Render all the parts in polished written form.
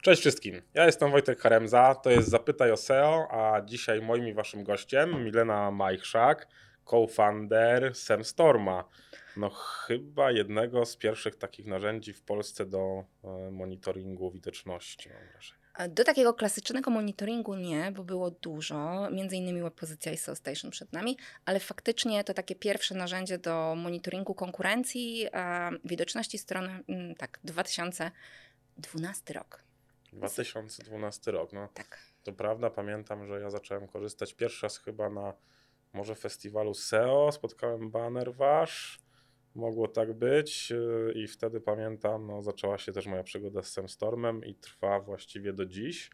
Cześć wszystkim, ja jestem Wojtek Haremza, to jest Zapytaj o SEO, a dzisiaj moim i waszym gościem Milena Majchrzak, co-founder SEMstorma. No chyba jednego z pierwszych takich narzędzi w Polsce do monitoringu widoczności, mam wrażenie. Do takiego klasycznego monitoringu nie, bo było dużo, między innymi web pozycja i SEO Station przed nami, ale faktycznie to takie pierwsze narzędzie do monitoringu konkurencji, widoczności strony, tak, 2012 rok. 2012 rok, no Tak. to prawda, pamiętam, że ja zacząłem korzystać pierwszy raz chyba na może festiwalu SEO, spotkałem baner wasz, mogło tak być i wtedy pamiętam, no zaczęła się też moja przygoda z SEMstormem i trwa właściwie do dziś.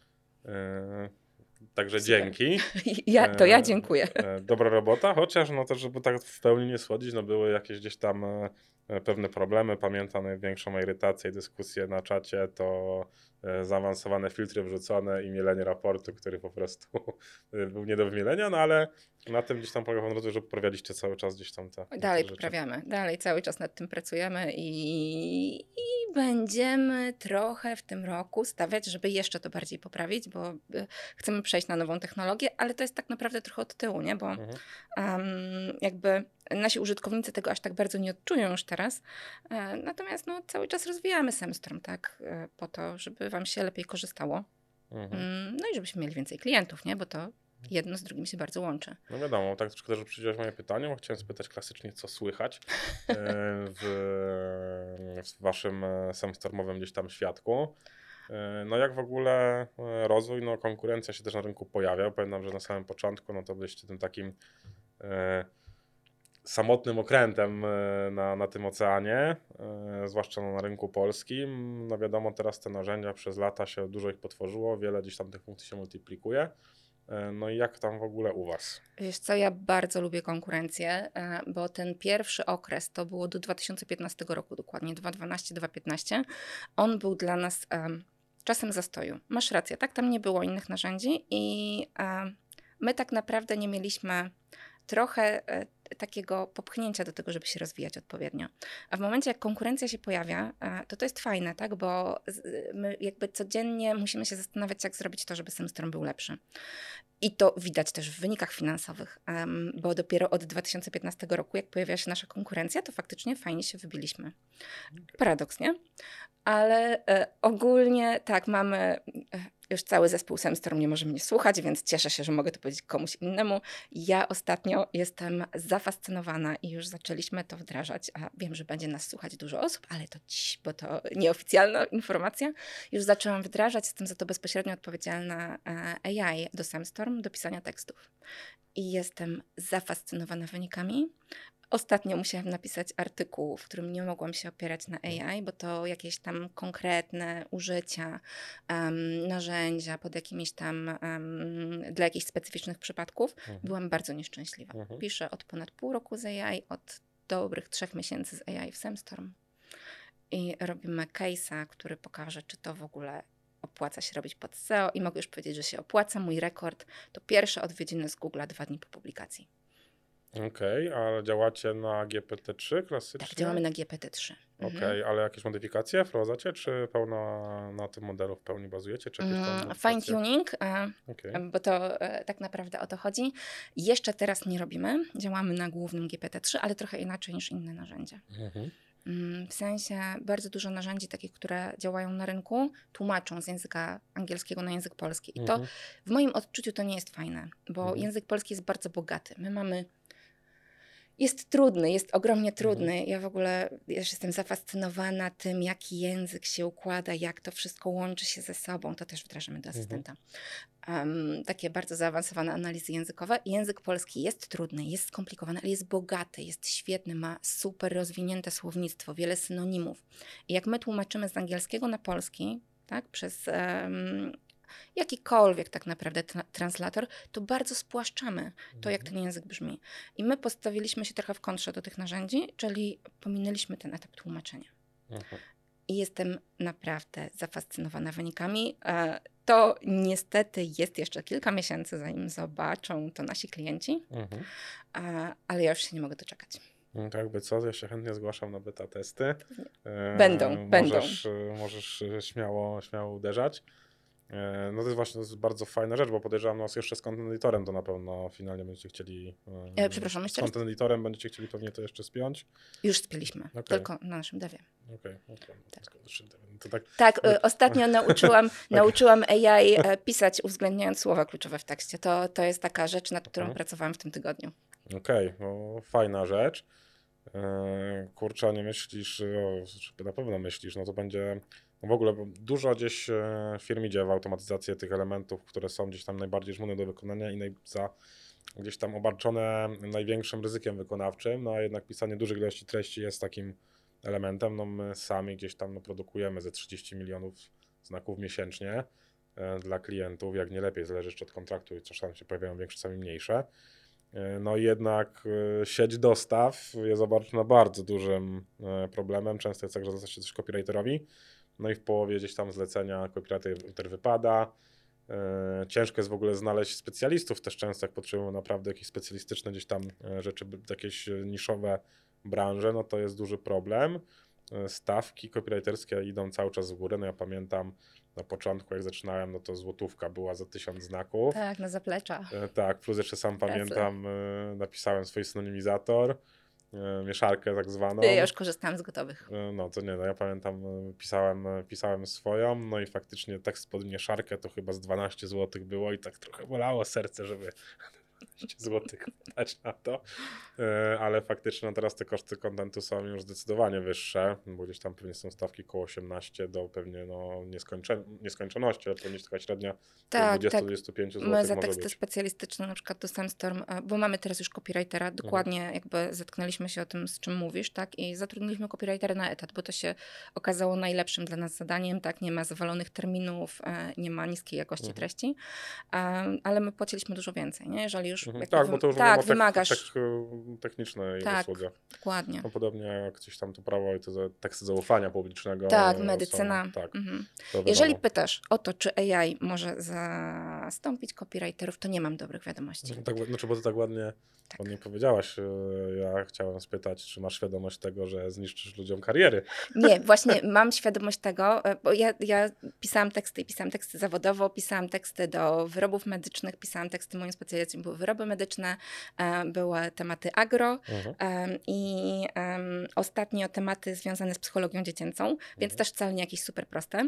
Także Super. dzięki. Ja dziękuję. Dobra robota, chociaż no to żeby tak w pełni nie schodzić, no były jakieś gdzieś tam pewne problemy. Pamiętam największą irytację i dyskusję na czacie to zaawansowane filtry wrzucone i mielenie raportu, który po prostu był nie do wymielenia, no ale na tym gdzieś tam polega że poprawialiście cały czas gdzieś tam te Dalej rzeczy. poprawiamy, dalej cały czas nad tym pracujemy i będziemy trochę w tym roku stawiać, żeby jeszcze to bardziej poprawić, bo chcemy przejść na nową technologię, ale to jest tak naprawdę trochę od tyłu, nie? Bo jakby nasi użytkownicy tego aż tak bardzo nie odczują już teraz, natomiast no, cały czas rozwijamy SEMstorm, tak, po to, żeby wam się lepiej korzystało. No i żebyśmy mieli więcej klientów, nie? Bo to jedno z drugim się bardzo łączy. No wiadomo, tak troszkę też przyjrzałeś moje pytanie, bo chciałem spytać klasycznie, co słychać w waszym SEMstormowym gdzieś tam świadku. No jak w ogóle rozwój, no konkurencja się też na rynku pojawia. Pamiętam, że na samym początku, no to byliście tym takim samotnym okrętem na tym oceanie, zwłaszcza na rynku polskim. No wiadomo, teraz te narzędzia przez lata się dużo ich potworzyło, wiele gdzieś tam tych funkcji się multiplikuje. No i jak tam w ogóle u was? Wiesz co, ja bardzo lubię konkurencję, bo ten pierwszy okres, to było do 2015 roku dokładnie, 2012-2015, on był dla nas czasem zastoju. Masz rację, tak? Tam nie było innych narzędzi i my tak naprawdę nie mieliśmy trochę takiego popchnięcia do tego, żeby się rozwijać odpowiednio. A w momencie, jak konkurencja się pojawia, to jest fajne, tak? Bo my jakby codziennie musimy się zastanawiać, jak zrobić to, żeby SEMstorm był lepszy. I to widać też w wynikach finansowych, bo dopiero od 2015 roku, jak pojawiła się nasza konkurencja, to faktycznie fajnie się wybiliśmy. Paradoks, nie? Ale ogólnie tak, mamy już cały zespół SEMstorm nie może mnie słuchać, więc cieszę się, że mogę to powiedzieć komuś innemu. Ja ostatnio jestem zafascynowana i już zaczęliśmy to wdrażać, a wiem, że będzie nas słuchać dużo osób, ale to bo to nieoficjalna informacja. Już zaczęłam wdrażać, jestem za to bezpośrednio odpowiedzialna AI do SEMstorm, do pisania tekstów. I jestem zafascynowana wynikami. Ostatnio musiałam napisać artykuł, w którym nie mogłam się opierać na AI, bo to jakieś tam konkretne użycia, narzędzia pod jakimiś tam, dla jakichś specyficznych przypadków. Byłam bardzo nieszczęśliwa. Piszę od ponad pół roku z AI, od dobrych 3 miesięcy z AI w SEMstorm. I robimy case'a, który pokaże, czy to w ogóle opłaca się robić pod SEO i mogę już powiedzieć, że się opłaca. Mój rekord to pierwsze odwiedziny z Google'a 2 dni po publikacji. Okej, ale działacie na GPT-3 klasycznie? Tak, działamy na GPT-3. Okej, ale jakieś modyfikacje wprowadzacie, czy pełno na tym modelu w pełni bazujecie, czy jakieś tam modyfikacje? Fine-tuning, Okej. bo to tak naprawdę o to chodzi. Jeszcze teraz nie robimy. Działamy na głównym GPT-3, ale trochę inaczej niż inne narzędzia. W sensie bardzo dużo narzędzi takich, które działają na rynku, tłumaczą z języka angielskiego na język polski. I to w moim odczuciu to nie jest fajne, bo język polski jest bardzo bogaty. Jest trudny, jest ogromnie trudny. Ja w ogóle jestem zafascynowana tym, jaki język się układa, jak to wszystko łączy się ze sobą. To też wdrażamy do asystenta. Takie bardzo zaawansowane analizy językowe. Język polski jest trudny, jest skomplikowany, ale jest bogaty, jest świetny, ma super rozwinięte słownictwo, wiele synonimów. I jak my tłumaczymy z angielskiego na polski, tak, przez jakikolwiek tak naprawdę translator, to bardzo spłaszczamy to, jak ten język brzmi. I my postawiliśmy się trochę w kontrze do tych narzędzi, czyli pominęliśmy ten etap tłumaczenia. I jestem naprawdę zafascynowana wynikami. To niestety jest jeszcze kilka miesięcy, zanim zobaczą to nasi klienci, ale ja już się nie mogę doczekać. Jakby co, ja się chętnie zgłaszam na beta testy. Będą. Możesz śmiało uderzać. No to jest właśnie bardzo fajna rzecz, bo podejrzewam, no jeszcze z content editorem to na pewno finalnie będziecie chcieli. Przepraszam, Z jeszcze raz? content editorem będziecie chcieli pewnie to jeszcze spiąć. Już spieliśmy, Okej. tylko na naszym devie. Okej. To tak. Tak, ostatnio nauczyłam AI pisać, uwzględniając słowa kluczowe w tekście. To jest taka rzecz, nad którą pracowałam w tym tygodniu. Okej, no fajna rzecz. Kurczę, nie myślisz, na pewno myślisz, no to będzie, no w ogóle dużo gdzieś firm idzie w automatyzację tych elementów, które są gdzieś tam najbardziej żmudne do wykonania i gdzieś tam obarczone największym ryzykiem wykonawczym, no a jednak pisanie dużych ilości treści jest takim elementem, no my sami gdzieś tam produkujemy ze 30 milionów znaków miesięcznie dla klientów, jak nie lepiej, zależy jeszcze od kontraktu i czasami się pojawiają większe, czasami mniejsze. No i jednak sieć dostaw jest obarczona bardzo dużym problemem. Często jest tak, że zleca się coś copywriterowi, no i w połowie gdzieś tam zlecenia copywriter wypada. Ciężko jest w ogóle znaleźć specjalistów też często, jak potrzebujemy naprawdę jakieś specjalistyczne gdzieś tam rzeczy, jakieś niszowe branże, no to jest duży problem. Stawki copywriterskie idą cały czas w górę, no ja pamiętam na początku jak zaczynałem, no to złotówka była za 1000 znaków. Tak, na zaplecza. Tak, plus jeszcze sam pamiętam, napisałem swój synonimizator, mieszarkę tak zwaną. Ja już korzystałam z gotowych. No to nie, no ja pamiętam, pisałem swoją, no i faktycznie tekst pod mieszarkę to chyba z 12 zł było i tak trochę bolało serce, żeby 12 zł wydać na to, ale faktycznie no teraz te koszty kontentu są już zdecydowanie wyższe, bo gdzieś tam pewnie są stawki koło 18 do pewnie no nieskończoności, ale pewnie taka średnia tak, 20-25 zł My za może teksty być. specjalistyczne, na przykład do Sandstorm, bo mamy teraz już copywritera, dokładnie jakby zetknęliśmy się o tym, z czym mówisz, tak, i zatrudniliśmy copywritera na etat, bo to się okazało najlepszym dla nas zadaniem, tak, nie ma zawalonych terminów, nie ma niskiej jakości treści, ale my płaciliśmy dużo więcej, nie, jeżeli już tak, bo to już wymagasz technicznej tak, usłudze. Dokładnie. No podobnie jak gdzieś tam to prawo i to teksty zaufania publicznego. Tak, medycyna. Tak, jeżeli pytasz o to, czy AI może zastąpić copywriterów, to nie mam dobrych wiadomości. Tak, znaczy, bo ty tak ładnie powiedziałaś. Ja chciałem spytać, czy masz świadomość tego, że zniszczysz ludziom kariery? Nie, właśnie mam świadomość tego, bo ja pisałam teksty zawodowo, pisałam teksty do wyrobów medycznych, pisałam teksty, moją specjalizacją były wyroby medyczne, były tematy agro i ostatnio tematy związane z psychologią dziecięcą, więc też wcale nie jakieś super proste.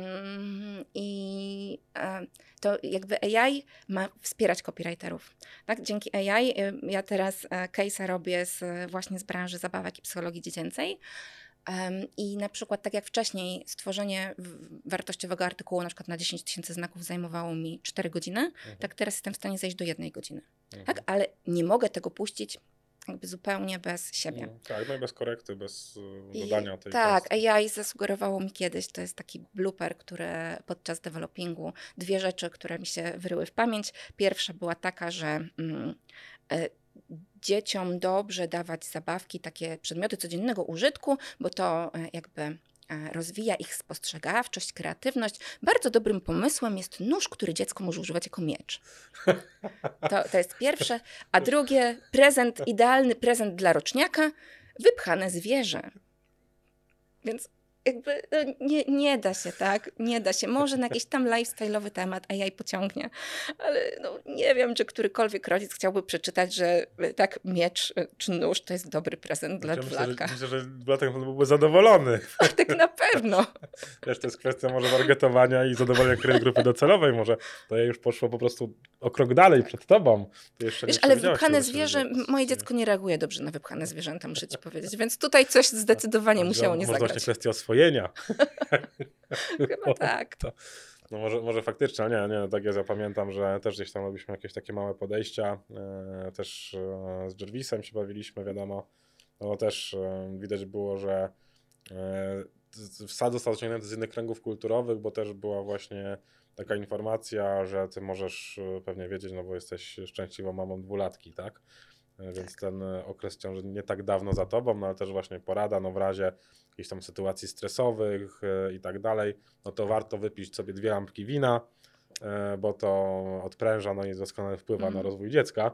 I to jakby AI ma wspierać copywriterów. Tak? Dzięki AI ja teraz case'a robię właśnie z branży zabawek i psychologii dziecięcej. I na przykład tak jak wcześniej stworzenie wartościowego artykułu na przykład na 10 000 znaków zajmowało mi 4 godziny, tak teraz jestem w stanie zejść do 1 godziny. Tak? Ale nie mogę tego puścić jakby zupełnie bez siebie. Tak, no i bez korekty, bez dodania tej tak, AI zasugerowało mi kiedyś, to jest taki blooper, który podczas developingu, 2 rzeczy, które mi się wyryły w pamięć. Pierwsza była taka, że dzieciom dobrze dawać zabawki, takie przedmioty codziennego użytku, bo to jakby rozwija ich spostrzegawczość, kreatywność. Bardzo dobrym pomysłem jest nóż, który dziecko może używać jako miecz. To jest pierwsze. A drugie, idealny prezent dla roczniaka, wypchane zwierzę. Więc jakby nie da się, tak? Nie da się. Może na jakiś tam lifestyle'owy temat AI pociągnie, ale no, nie wiem, czy którykolwiek rodzic chciałby przeczytać, że tak miecz czy nóż to jest dobry prezent dla dwulatka. Myślę, że dwulatek byłby zadowolony. Tak na pewno. Wiesz, to jest kwestia może targetowania i zadowolenia grupy docelowej. Może to już poszło po prostu o krok dalej przed tobą. Wiesz, ale wypchane zwierzę, moje dziecko nie reaguje dobrze na wypchane zwierzęta, muszę ci powiedzieć, więc tutaj coś zdecydowanie musiało nie zagrać. Może właśnie kwestia oswojenia. Chyba tak. No może faktycznie, ale nie, tak jest, ja pamiętam, że też gdzieś tam robiliśmy jakieś takie małe podejścia, też z Jervisem się bawiliśmy, wiadomo, no też widać było, że wsad został osiągnięty z innych kręgów kulturowych, bo też była właśnie taka informacja, że ty możesz pewnie wiedzieć, no bo jesteś szczęśliwą mamą dwulatki, tak? Więc ten okres ciąży nie tak dawno za tobą, no ale też właśnie porada, no w razie jakichś tam sytuacji stresowych i tak dalej, no to warto wypić sobie 2 lampki wina, bo to odpręża, no i doskonale wpływa na rozwój dziecka.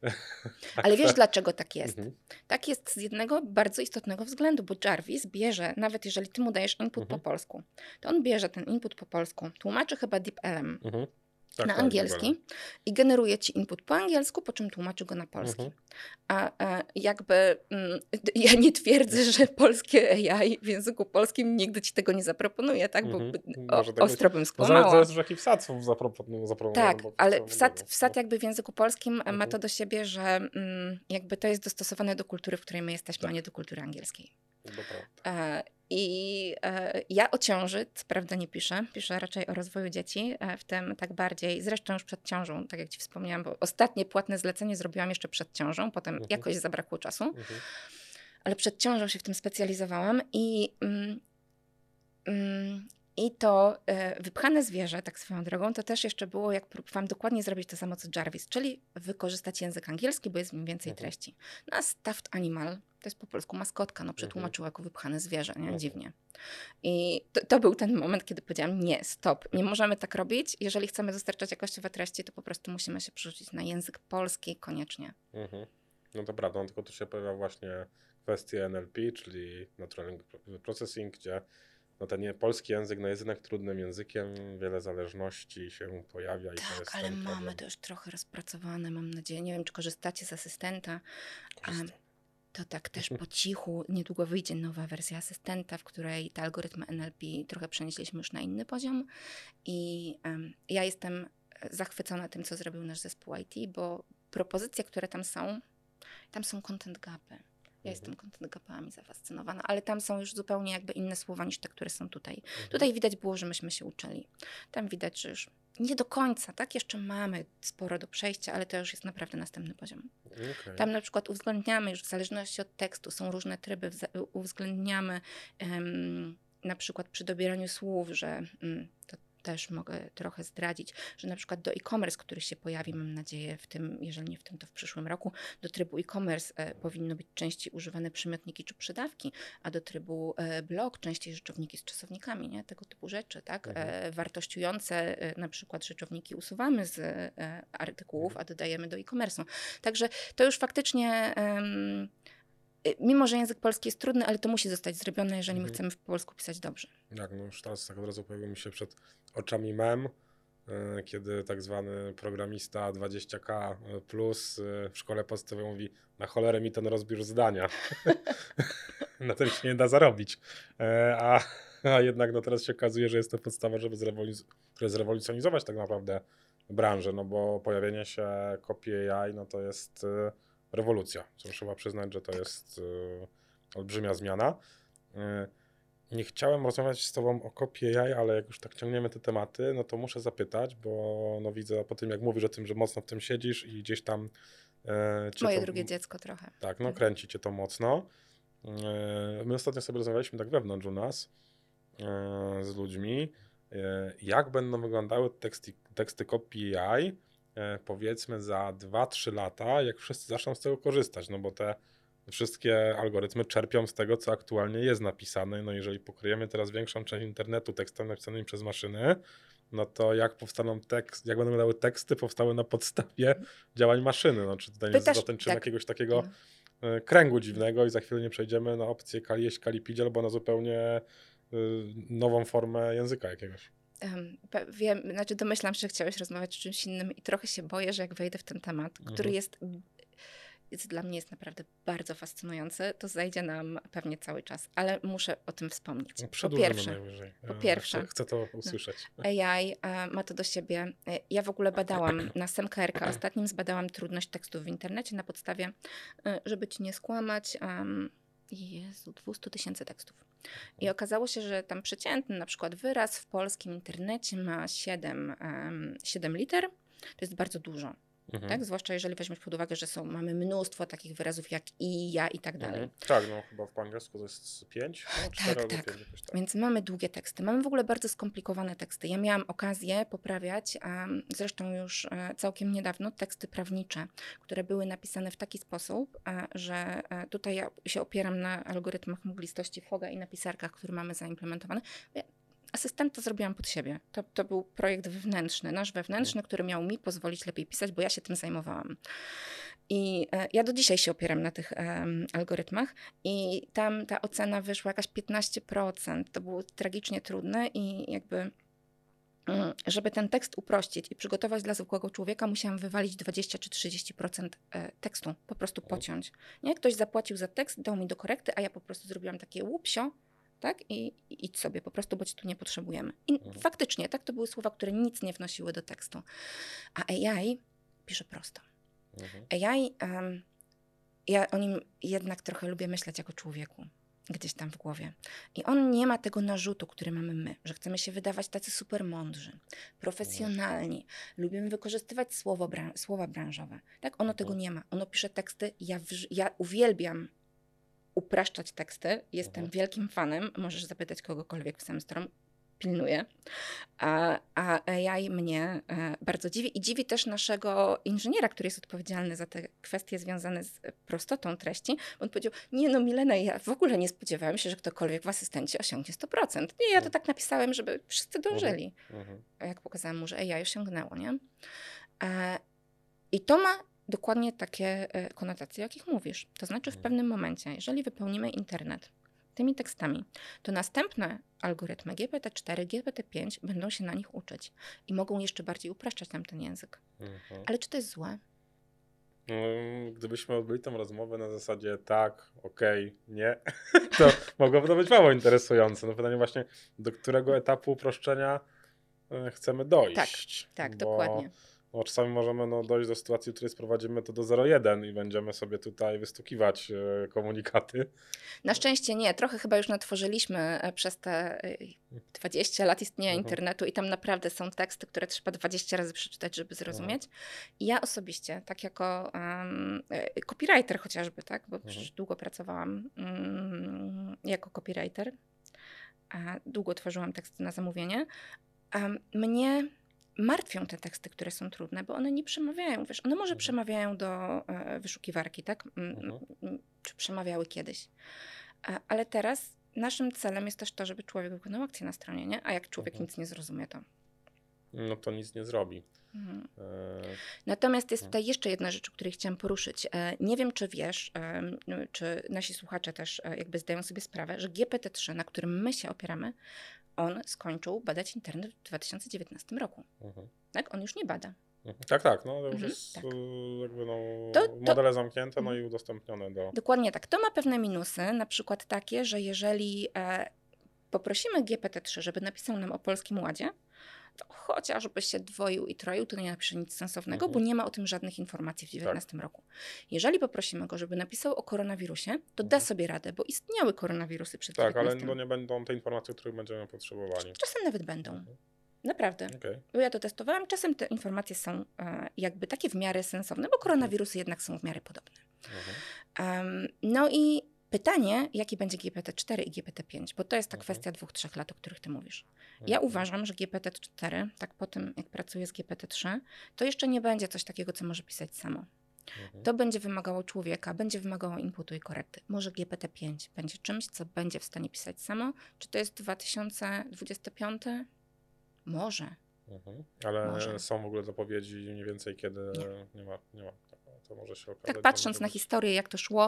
Ale wiesz, dlaczego tak jest? Mhm. Tak jest z jednego bardzo istotnego względu, bo Jarvis bierze, nawet jeżeli ty mu dajesz input po Mhm. polsku, to on bierze ten input po polsku, tłumaczy chyba DeepLM Mhm. Tak, na tak, Google. angielski i generuje ci input po angielsku, po czym tłumaczy go na polski. Mhm. A jakby ja nie twierdzę, że polskie AI w języku polskim nigdy ci tego nie zaproponuje, tak? Bo Mhm. Może tak być. ostro bym No skłamała. zależy już jaki wsad zaproponowano. Tak, bo ale co wsad jakby w języku polskim ma Mhm. to do siebie, że jakby to jest dostosowane do kultury, w której my jesteśmy, Tak. a nie do kultury angielskiej. To prawda. Ja o ciąży, co prawda nie piszę, piszę raczej o rozwoju dzieci, w tym tak bardziej, zresztą już przed ciążą, tak jak ci wspomniałam, bo ostatnie płatne zlecenie zrobiłam jeszcze przed ciążą, potem Mhm. jakoś zabrakło czasu, Mhm. ale przed ciążą się w tym specjalizowałam i to wypchane zwierzę, tak swoją drogą, to też jeszcze było, jak próbowałam dokładnie zrobić to samo co Jarvis, czyli wykorzystać język angielski, bo jest w nim więcej Mhm. treści. No a stuffed animal to jest po polsku maskotka, no przetłumaczyła jako wypchane zwierzę, nie? Mhm. Dziwnie. I to był ten moment, kiedy powiedziałam, nie, stop, nie możemy tak robić. Jeżeli chcemy dostarczać jakościowe treści, to po prostu musimy się przerzucić na język polski koniecznie. Mhm. No to prawda, no tylko tu się pojawia właśnie kwestia NLP, czyli Natural Language Processing, gdzie no ten polski język no jest jednak trudnym językiem, wiele zależności się pojawia i to Tak, jest ale ten mamy problem. to już trochę rozpracowane, mam nadzieję. Nie wiem, czy korzystacie z asystenta. Korzystam. To tak też po cichu, niedługo wyjdzie nowa wersja asystenta, w której te algorytmy NLP trochę przenieśliśmy już na inny poziom i ja jestem zachwycona tym, co zrobił nasz zespół IT, bo propozycje, które tam są content gapy. Ja jestem content gapami zafascynowana, ale tam są już zupełnie jakby inne słowa niż te, które są tutaj. Tutaj widać było, że myśmy się uczyli. Tam widać, że już nie do końca, tak? Jeszcze mamy sporo do przejścia, ale to już jest naprawdę następny poziom. Okay. Tam na przykład uwzględniamy już w zależności od tekstu, są różne tryby, uwzględniamy na przykład przy dobieraniu słów, że to też mogę trochę zdradzić, że na przykład do e-commerce, który się pojawi, mam nadzieję, w tym, jeżeli nie w tym, to w przyszłym roku, do trybu e-commerce powinno być częściej używane przymiotniki czy przydawki, a do trybu blog częściej rzeczowniki z czasownikami, nie? Tego typu rzeczy, tak? Wartościujące na przykład rzeczowniki usuwamy z artykułów, a dodajemy do e-commerce'u. Także to już faktycznie mimo że język polski jest trudny, ale to musi zostać zrobione, jeżeli my chcemy w polsku pisać dobrze. Tak, no już teraz tak od razu pojawił mi się przed oczami mem, kiedy tak zwany programista 20K plus w szkole podstawowej mówi: na cholerę mi ten rozbiór zdania. Na tym się nie da zarobić. A jednak no teraz się okazuje, że jest to podstawa, żeby zrewolucjonizować tak naprawdę branżę, no bo pojawienie się kopii AI, no to jest rewolucja. Co trzeba przyznać, że to jest olbrzymia zmiana. Nie chciałem rozmawiać z tobą o kopii AI, ale jak już tak ciągniemy te tematy, no to muszę zapytać, bo no widzę po tym, jak mówisz o tym, że mocno w tym siedzisz i gdzieś tam Moje drugie dziecko trochę. Tak, no kręci cię to mocno. My ostatnio sobie rozmawialiśmy tak wewnątrz u nas z ludźmi, jak będą wyglądały teksty kopii AI powiedzmy za 2-3 lata, jak wszyscy zaczną z tego korzystać, no bo te wszystkie algorytmy czerpią z tego, co aktualnie jest napisane. No jeżeli pokryjemy teraz większą część internetu tekstami napisanymi przez maszyny, no to jak będą wyglądały teksty powstałe na podstawie działań maszyny? No, czy tutaj nie zakończymy jakiegoś takiego kręgu dziwnego i za chwilę nie przejdziemy na opcję kali jeść, kali pić, albo na zupełnie nową formę języka jakiegoś. Wiem, znaczy domyślam się, że chciałeś rozmawiać o czymś innym i trochę się boję, że jak wejdę w ten temat, który jest dla mnie jest naprawdę bardzo fascynujący, to zajdzie nam pewnie cały czas, ale muszę o tym wspomnieć. Po pierwsze, chcę to usłyszeć. AI ma to do siebie. Ja w ogóle badałam na SEMKRK, ostatnim zbadałam trudność tekstów w internecie na podstawie, żeby ci nie skłamać, 200 000 tekstów. I okazało się, że tam przeciętny na przykład wyraz w polskim internecie ma 7 liter. To jest bardzo dużo. Tak? Zwłaszcza jeżeli weźmiesz pod uwagę, że mamy mnóstwo takich wyrazów jak i, ja i tak dalej. Tak, no chyba po angielsku to jest 5, no, 4 albo 5. Tak. Więc mamy długie teksty. Mamy w ogóle bardzo skomplikowane teksty. Ja miałam okazję poprawiać, zresztą już całkiem niedawno, teksty prawnicze, które były napisane w taki sposób, że tutaj ja się opieram na algorytmach mglistości Fogga i na pisarkach, które mamy zaimplementowane. Asystenta zrobiłam pod siebie. To był projekt wewnętrzny, nasz wewnętrzny, który miał mi pozwolić lepiej pisać, bo ja się tym zajmowałam. I ja do dzisiaj się opieram na tych algorytmach i tam ta ocena wyszła jakaś 15%. To było tragicznie trudne i jakby żeby ten tekst uprościć i przygotować dla zwykłego człowieka, musiałam wywalić 20 czy 30% tekstu, po prostu pociąć. Nie? Ktoś zapłacił za tekst, dał mi do korekty, a ja po prostu zrobiłam takie łupsio, tak? I idź sobie, po prostu, bo ci tu nie potrzebujemy. I faktycznie, tak, to były słowa, które nic nie wnosiły do tekstu. A AI pisze prosto. AI, ja o nim jednak trochę lubię myśleć jako człowieku. Gdzieś tam w głowie. I on nie ma tego narzutu, który mamy my, że chcemy się wydawać tacy super mądrzy, profesjonalni, lubimy wykorzystywać słowa branżowe. Tak? Ono tego nie ma. Ono pisze teksty. Ja uwielbiam upraszczać teksty. Jestem wielkim fanem. Możesz zapytać kogokolwiek w Semstrom. Pilnuję. A AI mnie bardzo dziwi i dziwi też naszego inżyniera, który jest odpowiedzialny za te kwestie związane z prostotą treści. On powiedział, nie no Milena, ja w ogóle nie spodziewałem się, że ktokolwiek w asystencie osiągnie 100%. Nie, ja to tak napisałem, żeby wszyscy dążyli. A jak pokazałam mu, że AI osiągnęło, nie? I to ma dokładnie takie konotacje, o jakich mówisz. To znaczy w pewnym momencie, jeżeli wypełnimy internet tymi tekstami, to następne algorytmy GPT-4, GPT-5 będą się na nich uczyć i mogą jeszcze bardziej upraszczać nam ten język. Ale czy to jest złe? Gdybyśmy odbyli tę rozmowę na zasadzie tak, okej, nie, to mogłoby to być mało interesujące. No pytanie właśnie, do którego etapu uproszczenia chcemy dojść. Tak, dokładnie. Bo czasami możemy dojść do sytuacji, w której sprowadzimy to do 0,1 i będziemy sobie tutaj wystukiwać komunikaty. Na szczęście nie. Trochę chyba już natworzyliśmy przez te 20 lat istnienia internetu i tam naprawdę są teksty, które trzeba 20 razy przeczytać, żeby zrozumieć. I ja osobiście, tak jako copywriter chociażby, tak, bo przecież długo pracowałam jako copywriter, długo tworzyłam teksty na zamówienie, mnie martwią te teksty, które są trudne, bo one nie przemawiają. Wiesz, one może przemawiają do wyszukiwarki, tak? Czy przemawiały kiedyś. Ale teraz naszym celem jest też to, żeby człowiek wykonał akcję na stronie, nie? A jak człowiek nic nie zrozumie, to... No to nic nie zrobi. Natomiast jest tutaj jeszcze jedna rzecz, o której chciałam poruszyć. Nie wiem, czy wiesz, czy nasi słuchacze też jakby zdają sobie sprawę, że GPT-3, na którym my się opieramy, on skończył badać internet w 2019 roku. Tak? On już nie bada. Tak. No, to już jest jakby modele zamknięte i udostępnione do... Dokładnie tak. To ma pewne minusy, na przykład takie, że jeżeli poprosimy GPT-3, żeby napisał nam o Polskim Ładzie, to chociażby się dwoił i troił, to nie napisze nic sensownego, bo nie ma o tym żadnych informacji w 2019 roku. Jeżeli poprosimy go, żeby napisał o koronawirusie, to da sobie radę, bo istniały koronawirusy przed 2019. Tak, ale nie będą te informacje, których będziemy potrzebowali. Czasem nawet będą. Naprawdę. Bo ja to testowałam. Czasem te informacje są jakby takie w miarę sensowne, bo koronawirusy jednak są w miarę podobne. No i pytanie, jaki będzie GPT-4 i GPT-5, bo to jest ta kwestia 2-3 lat, o których ty mówisz. Ja uważam, że GPT-4, tak po tym jak pracuję z GPT-3, to jeszcze nie będzie coś takiego, co może pisać samo. To będzie wymagało człowieka, będzie wymagało inputu i korekty. Może GPT-5 będzie czymś, co będzie w stanie pisać samo. Czy to jest 2025? Może. Ale są w ogóle zapowiedzi mniej więcej, kiedy nie ma. To może się okazać. Tak patrząc na historię, jak to szło,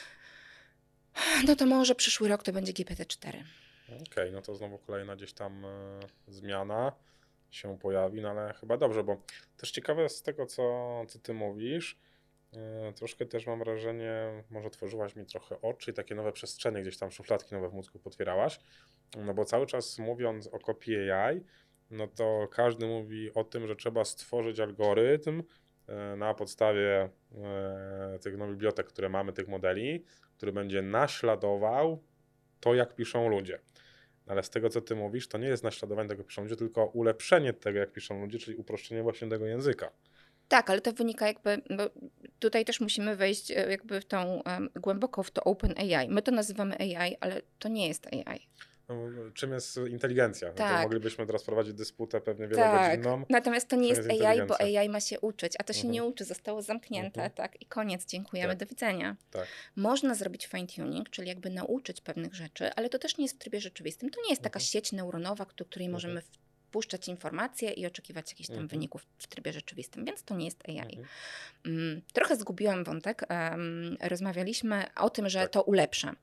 no to może przyszły rok to będzie GPT-4. Okej, no to znowu kolejna gdzieś tam zmiana się pojawi, no ale chyba dobrze, bo też ciekawe z tego, co ty mówisz, troszkę też mam wrażenie, może otworzyłaś mi trochę oczy i takie nowe przestrzenie, gdzieś tam szufladki nowe w mózgu potwierałaś, no bo cały czas mówiąc o kopii AI, no to każdy mówi o tym, że trzeba stworzyć algorytm na podstawie tych bibliotek, które mamy, tych modeli, który będzie naśladował to, jak piszą ludzie. Ale z tego, co ty mówisz, to nie jest naśladowanie tego, jak piszą ludzie, tylko ulepszenie tego, jak piszą ludzie, czyli uproszczenie właśnie tego języka. Tak, ale to wynika jakby, bo tutaj też musimy wejść jakby w tą, głęboko w to OpenAI. My to nazywamy AI, ale to nie jest AI. Czym jest inteligencja? Tak. To moglibyśmy teraz prowadzić dysputę pewnie wielogodzinną. Tak, natomiast to nie jest AI, bo AI ma się uczyć, a to się nie uczy, zostało zamknięte, tak, i koniec, dziękujemy, do widzenia. Tak. Można zrobić fine-tuning, czyli jakby nauczyć pewnych rzeczy, ale to też nie jest w trybie rzeczywistym. To nie jest taka sieć neuronowa, do której możemy puszczać informacje i oczekiwać jakichś tam wyników w trybie rzeczywistym, więc to nie jest AI. Trochę zgubiłam wątek. Rozmawialiśmy o tym, że to ulepsza.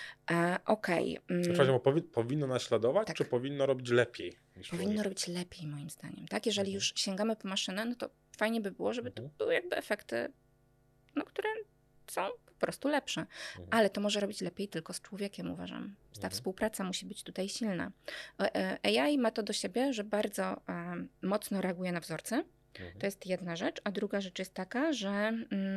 Okej. Powinno naśladować, Tak. czy powinno robić lepiej niż Powinno człowiek? robić lepiej, moim zdaniem. Tak? Jeżeli już sięgamy po maszynę, no to fajnie by było, żeby to były jakby efekty, no, które są po prostu lepsze. Ale to może robić lepiej tylko z człowiekiem, uważam. Ta współpraca musi być tutaj silna. AI ma to do siebie, że bardzo mocno reaguje na wzorce. To jest jedna rzecz. A druga rzecz jest taka, że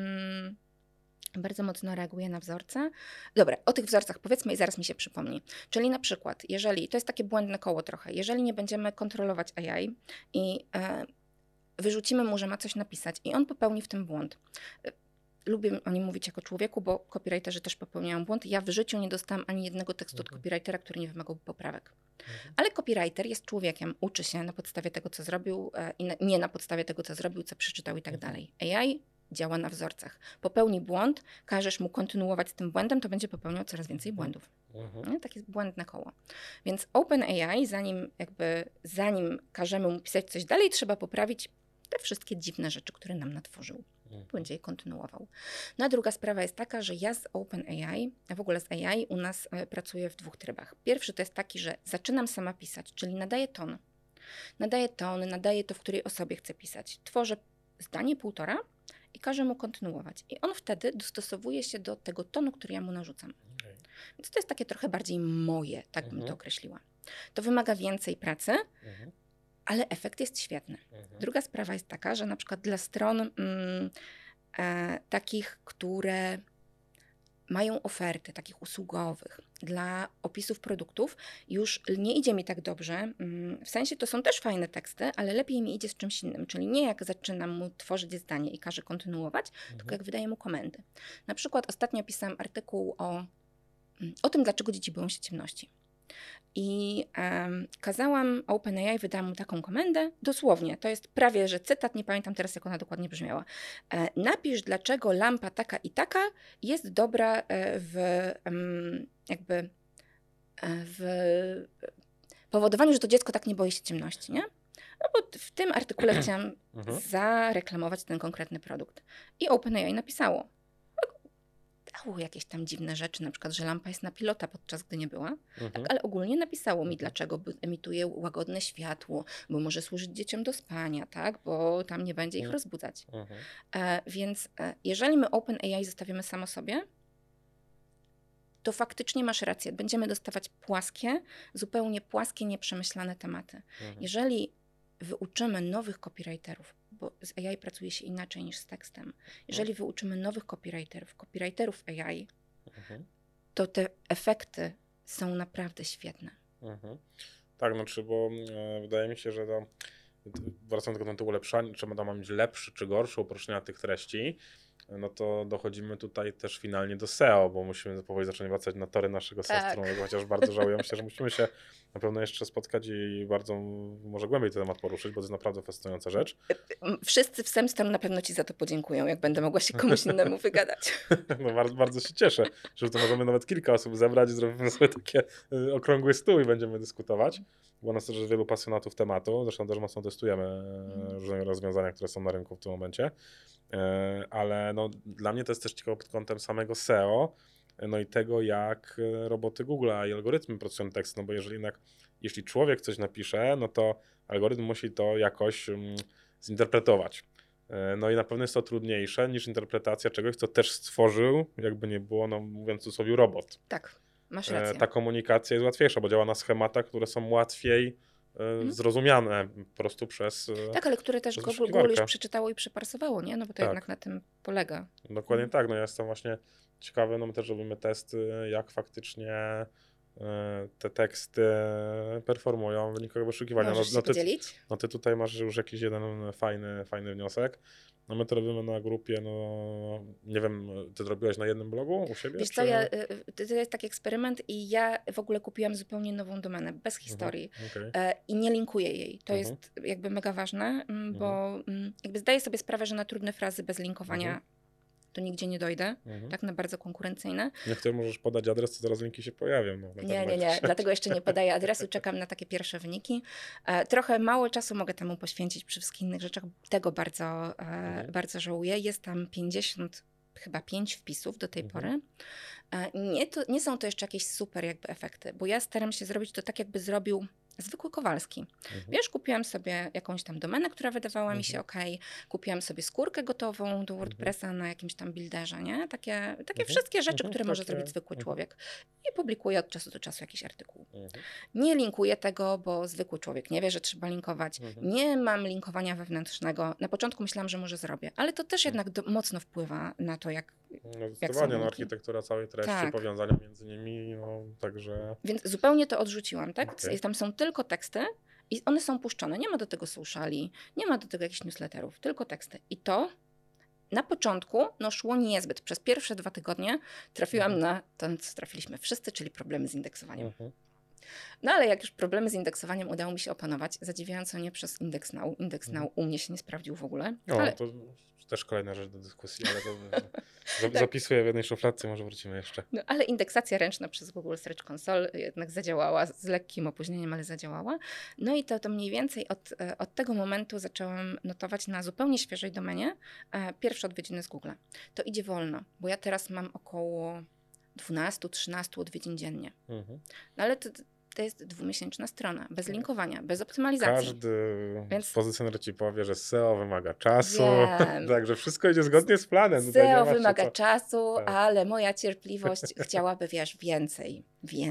bardzo mocno reaguje na wzorce. Dobra, o tych wzorcach powiedzmy i zaraz mi się przypomni. Czyli na przykład, jeżeli, to jest takie błędne koło trochę, jeżeli nie będziemy kontrolować AI i wyrzucimy mu, że ma coś napisać i on popełni w tym błąd. Lubię o nim mówić jako człowieku, bo copywriterzy też popełniają błąd. Ja w życiu nie dostałam ani jednego tekstu od copywritera, który nie wymagał poprawek. Ale copywriter jest człowiekiem, uczy się na podstawie tego, co zrobił i nie na podstawie tego, co zrobił, co przeczytał i tak dalej. AI działa na wzorcach. Popełni błąd, każesz mu kontynuować z tym błędem, to będzie popełniał coraz więcej błędów. Nie? Takie błędne koło. Więc OpenAI, zanim każemy mu pisać coś dalej, trzeba poprawić te wszystkie dziwne rzeczy, które nam natworzył. Będzie je kontynuował. No a druga sprawa jest taka, że ja z OpenAI, a w ogóle z AI u nas pracuję w dwóch trybach. Pierwszy to jest taki, że zaczynam sama pisać, czyli nadaję ton. Nadaję to, w której osobie chcę pisać. Tworzę zdanie, półtora i każę mu kontynuować. I on wtedy dostosowuje się do tego tonu, który ja mu narzucam. Więc to jest takie trochę bardziej moje, tak bym to określiła. To wymaga więcej pracy, ale efekt jest świetny. Druga sprawa jest taka, że na przykład dla stron takich, które mają oferty, takich usługowych, dla opisów produktów, już nie idzie mi tak dobrze. W sensie to są też fajne teksty, ale lepiej mi idzie z czymś innym. Czyli nie jak zaczynam mu tworzyć zdanie i każę kontynuować, tylko jak wydaję mu komendy. Na przykład ostatnio pisałam artykuł o tym, dlaczego dzieci boją się ciemności. I kazałam OpenAI, wydałam mu taką komendę, dosłownie, to jest prawie, że cytat, nie pamiętam teraz, jak ona dokładnie brzmiała. Napisz, dlaczego lampa taka i taka jest dobra w powodowaniu, że to dziecko tak nie boi się ciemności, nie? No bo w tym artykule chciałam zareklamować ten konkretny produkt. I OpenAI napisało. Dało jakieś tam dziwne rzeczy, na przykład, że lampa jest na pilota, podczas gdy nie była, tak, ale ogólnie napisało mi, dlaczego emituje łagodne światło, bo może służyć dzieciom do spania, tak, bo tam nie będzie ich rozbudzać. Więc jeżeli my OpenAI zostawimy samo sobie, to faktycznie masz rację, będziemy dostawać zupełnie płaskie, nieprzemyślane tematy. Jeżeli wyuczymy nowych copywriterów, bo z AI pracuje się inaczej niż z tekstem. Jeżeli wyuczymy nowych copywriterów AI, to te efekty są naprawdę świetne. Tak, znaczy, bo wydaje mi się, że wracając do tematu ulepszania, czy ma mieć lepszy czy gorszy uproszczenia tych treści, no to dochodzimy tutaj też finalnie do SEO, bo musimy powoli zacząć wracać na tory naszego SEO stronowego, chociaż bardzo żałuję. Myślę, że musimy się na pewno jeszcze spotkać i bardzo może głębiej ten temat poruszyć, bo to jest naprawdę fascynująca rzecz. Wszyscy w SEMstron na pewno ci za to podziękują, jak będę mogła się komuś innemu wygadać. No bardzo, bardzo się cieszę, że to możemy nawet kilka osób zebrać i zrobimy sobie takie okrągły stół i będziemy dyskutować. Bo nas też jest wielu pasjonatów tematu, zresztą też mocno testujemy różne rozwiązania, które są na rynku w tym momencie, ale no, dla mnie to jest też ciekawe pod kątem samego SEO, no i tego, jak roboty Google'a i algorytmy pracują tekst, no bo jeśli człowiek coś napisze, no to algorytm musi to jakoś zinterpretować. No i na pewno jest to trudniejsze niż interpretacja czegoś, co też stworzył, jakby nie było, no mówiąc w cudzysłowie, robot. Tak. Masz rację. Ta komunikacja jest łatwiejsza, bo działa na schematach, które są łatwiej zrozumiane po prostu przez tak, ale które też Google już przeczytało i przeparsowało, nie? No bo to jednak na tym polega. Dokładnie tak. No ja jestem właśnie ciekawy, no my też robimy testy, jak faktycznie te teksty performują w wynikach wyszukiwania. Możesz się podzielić? No ty tutaj masz już jakiś jeden fajny wniosek. No my to robimy na grupie, no nie wiem, ty robiłaś na jednym blogu u siebie? Wiesz co, to jest taki eksperyment i ja w ogóle kupiłam zupełnie nową domenę, bez historii i nie linkuję jej. To jest jakby mega ważne, bo jakby zdaję sobie sprawę, że na trudne frazy bez linkowania to nigdzie nie dojdę, tak na bardzo konkurencyjne. Jak ty możesz podać adres, to zaraz linki się pojawią. Nie, dlatego jeszcze nie podaję adresu, czekam na takie pierwsze wyniki. Trochę mało czasu mogę temu poświęcić przy wszystkich innych rzeczach, tego bardzo żałuję. Jest tam 50, chyba 5 wpisów do tej pory. Nie są to jeszcze jakieś super jakby efekty, bo ja staram się zrobić to tak, jakby zrobił zwykły Kowalski. Wiesz, kupiłam sobie jakąś tam domenę, która wydawała mi się okej. Kupiłam sobie skórkę gotową do WordPressa na jakimś tam builderze, nie? Takie wszystkie rzeczy, które może zrobić zwykły człowiek. I publikuję od czasu do czasu jakiś artykuł. Nie linkuję tego, bo zwykły człowiek nie wie, że trzeba linkować. Nie mam linkowania wewnętrznego. Na początku myślałam, że może zrobię, ale to też jednak mocno wpływa na to, jak zdecydowanie, architektura całej treści, powiązania między nimi, także... Więc zupełnie to odrzuciłam, tak? Tam są tylko teksty i one są puszczone. Nie ma do tego sociali, nie ma do tego jakichś newsletterów, tylko teksty. I to na początku szło niezbyt. Przez pierwsze 2 tygodnie trafiłam na to, co trafiliśmy wszyscy, czyli problemy z indeksowaniem. No ale jak już problemy z indeksowaniem udało mi się opanować, zadziwiająco nie przez Index Now. Index Now u mnie się nie sprawdził w ogóle. Ale... To też kolejna rzecz do dyskusji, ale to zapisuję w jednej szufladce, może wrócimy jeszcze. No, ale indeksacja ręczna przez Google Search Console jednak zadziałała, z lekkim opóźnieniem, ale zadziałała. No i to mniej więcej od tego momentu zaczęłam notować na zupełnie świeżej domenie pierwsze odwiedziny z Google. To idzie wolno, bo ja teraz mam około 12-13 odwiedzin dziennie. No ale to jest 2-miesięczna strona, bez linkowania, bez optymalizacji. Każdy pozycjoner ci powie, że SEO wymaga czasu, także wszystko idzie zgodnie z planem. SEO wymaga czasu, ale moja cierpliwość chciałaby, więcej.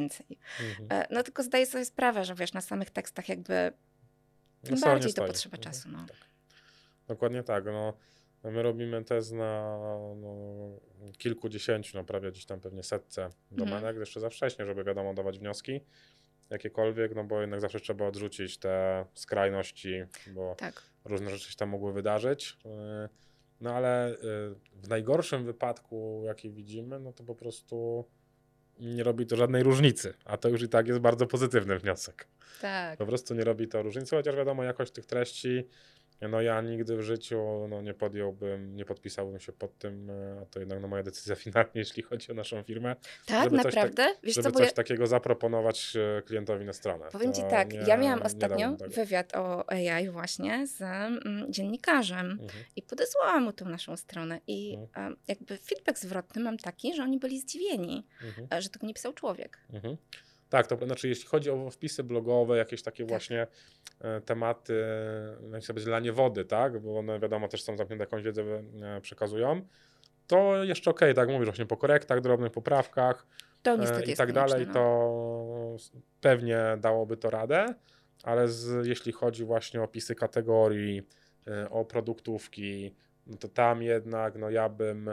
No tylko zdaję sobie sprawę, że na samych tekstach jakby tym bardziej to potrzeba czasu. Tak. Dokładnie tak. My robimy test na kilkudziesięciu, prawie gdzieś tam pewnie setce domenek, jeszcze za wcześnie, żeby wiadomo dawać wnioski jakiekolwiek, bo jednak zawsze trzeba odrzucić te skrajności, bo różne rzeczy się tam mogły wydarzyć. No ale w najgorszym wypadku, jaki widzimy, to po prostu nie robi to żadnej różnicy, a to już i tak jest bardzo pozytywny wniosek. Tak. Po prostu nie robi to różnicy, chociaż wiadomo, jakość tych treści, ja nigdy w życiu nie podpisałbym się pod tym, a to jednak moja decyzja finalnie, jeśli chodzi o naszą firmę. Tak, żeby naprawdę? Żeby coś takiego zaproponować klientowi na stronę. Powiem ci tak, ja miałam ostatnio wywiad o AI właśnie z dziennikarzem i podesłałam mu tą naszą stronę i jakby feedback zwrotny mam taki, że oni byli zdziwieni, że tego nie pisał człowiek. Tak, to znaczy jeśli chodzi o wpisy blogowe, jakieś takie właśnie tematy, jak sobie dla niewody, tak, bo one wiadomo też są zamknięte, jakąś wiedzę przekazują, to jeszcze okej, tak mówisz, właśnie po korektach, drobnych poprawkach to niestety i tak dalej, to pewnie dałoby to radę, ale jeśli chodzi właśnie o opisy kategorii, o produktówki, to tam jednak ja bym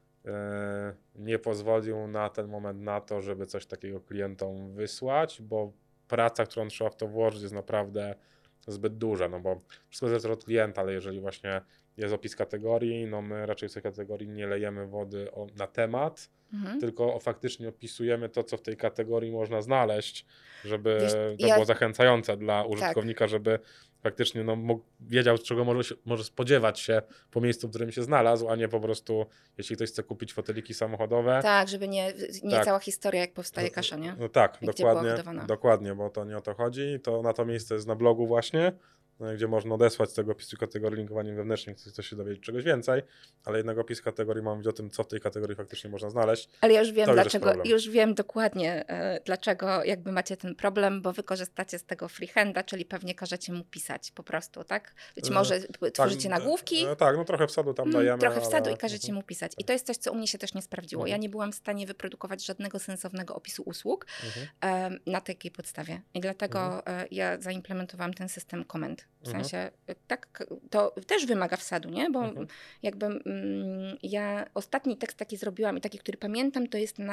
nie pozwolił na ten moment na to, żeby coś takiego klientom wysłać, bo praca, którą trzeba w to włożyć, jest naprawdę zbyt duża, bo wszystko zależy od klienta, ale jeżeli właśnie jest opis kategorii, my raczej w tej kategorii nie lejemy wody na temat, tylko faktycznie opisujemy to, co w tej kategorii można znaleźć, żeby było zachęcające dla użytkownika, żeby faktycznie wiedział, czego może spodziewać się po miejscu, w którym się znalazł, a nie po prostu, jeśli ktoś chce kupić foteliki samochodowe. Tak, żeby nie cała historia, jak powstaje kasza, nie? Tak, dokładnie, bo to nie o to chodzi. To na to miejsce jest na blogu właśnie, gdzie można odesłać z tego opisu kategorii linkowaniem wewnętrznym, ktoś chce się dowiedzieć czegoś więcej, ale jednak opis kategorii ma mówić o tym, co w tej kategorii faktycznie można znaleźć. Ale ja już wiem już wiem dokładnie, dlaczego jakby macie ten problem, bo wy korzystacie z tego freehanda, czyli pewnie każecie mu pisać po prostu, tak? Być może tworzycie nagłówki. Trochę wsadu tam dajemy. Trochę wsadu i każecie mu pisać. I to jest coś, co u mnie się też nie sprawdziło. Ja nie byłam w stanie wyprodukować żadnego sensownego opisu usług na takiej podstawie. I dlatego ja zaimplementowałam ten system komend. W sensie, to też wymaga wsadu, nie? Bo jakby ja ostatni tekst taki zrobiłam i taki, który pamiętam, to jest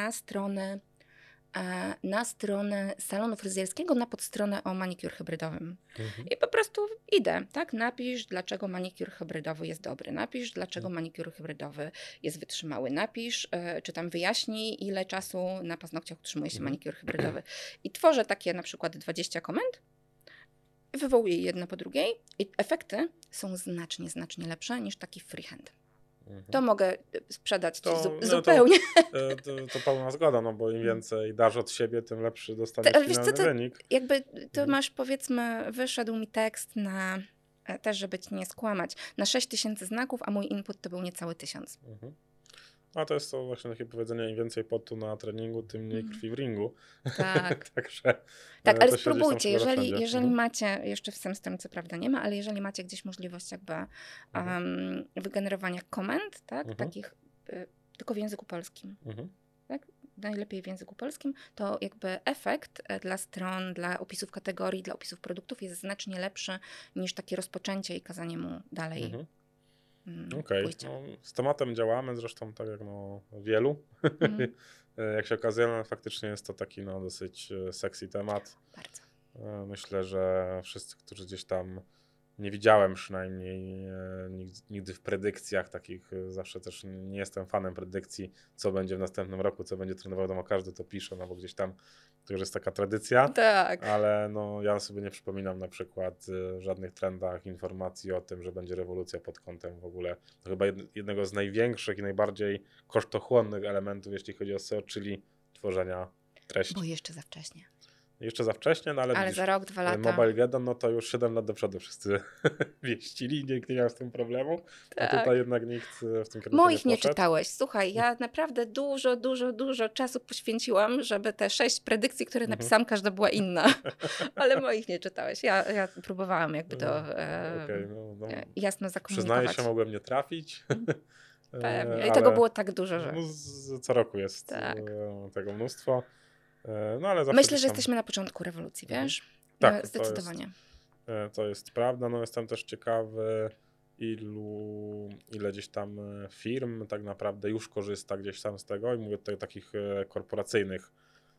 na stronę salonu fryzjerskiego, na podstronę o manicure hybrydowym. I po prostu idę, tak? Napisz, dlaczego manicure hybrydowy jest dobry. Napisz, dlaczego manicure hybrydowy jest wytrzymały. Napisz, czy tam wyjaśnij, ile czasu na paznokciach utrzymuje się manicure hybrydowy. I tworzę takie na przykład 20 komend, wywołuję je jedna po drugiej i efekty są znacznie lepsze niż taki freehand. To mogę sprzedać ci To, no zupełnie. To pełna zgoda, no bo im więcej dasz od siebie, tym lepszy dostaniesz Ale wiesz co, finalny to wynik. jakby to masz, powiedzmy, wyszedł mi tekst na, też żeby ci nie skłamać, na 6000 znaków, a mój input to był niecały 1000. A to jest to właśnie takie powiedzenie, im więcej potu na treningu, tym mniej krwi w ringu. Tak. Także Tak, ale to się gdzieś tam spróbujcie, przygląda wszędzie. jeżeli macie, jeszcze w Semstorm co prawda nie ma, ale jeżeli macie gdzieś możliwość jakby wygenerowania komend, tak, takich tylko w języku polskim, tak, najlepiej w języku polskim, to jakby efekt dla stron, dla opisów kategorii, dla opisów produktów jest znacznie lepszy niż takie rozpoczęcie i kazanie mu dalej pójścia. No, z tematem działamy, zresztą tak jak wielu. Jak się okazuje, no, faktycznie jest to taki dosyć sexy temat. Bardzo. Myślę, że wszyscy, którzy gdzieś tam, nie widziałem przynajmniej nigdy w predykcjach takich, zawsze też nie jestem fanem predykcji, co będzie w następnym roku, co będzie trenował, wiadomo, każdy to pisze, no bo gdzieś tam to już jest taka tradycja, Tak. ale ja sobie nie przypominam na przykład w żadnych trendach informacji o tym, że będzie rewolucja pod kątem w ogóle, to chyba jednego z największych i najbardziej kosztochłonnych elementów, jeśli chodzi o SEO, czyli tworzenia treści. Bo jeszcze za wcześnie. Jeszcze za wcześnie, no ale Ale widzisz, za rok, 2 lata. Mobilegeddon, no to już 7 lat do przodu wszyscy wieścili, nikt nie miał z tym problemu, Tak. a tutaj jednak nikt w tym kierunku Moich nie nie poszedł. czytałeś. Słuchaj, ja naprawdę dużo czasu poświęciłam, żeby te 6 predykcji, które napisałam, każda była inna. Ale moich nie czytałeś. Ja próbowałam jakby to jasno zakomunikować. Przyznaję się, mogłem nie trafić. Pewnie. I tego było tak dużo, że... Co roku jest tego mnóstwo. No, ale zawsze myślę, że jesteśmy na początku rewolucji, wiesz? Tak, zdecydowanie. To jest prawda. No, jestem też ciekawy, ile gdzieś tam firm tak naprawdę już korzysta gdzieś tam z tego. I mówię tutaj o takich korporacyjnych,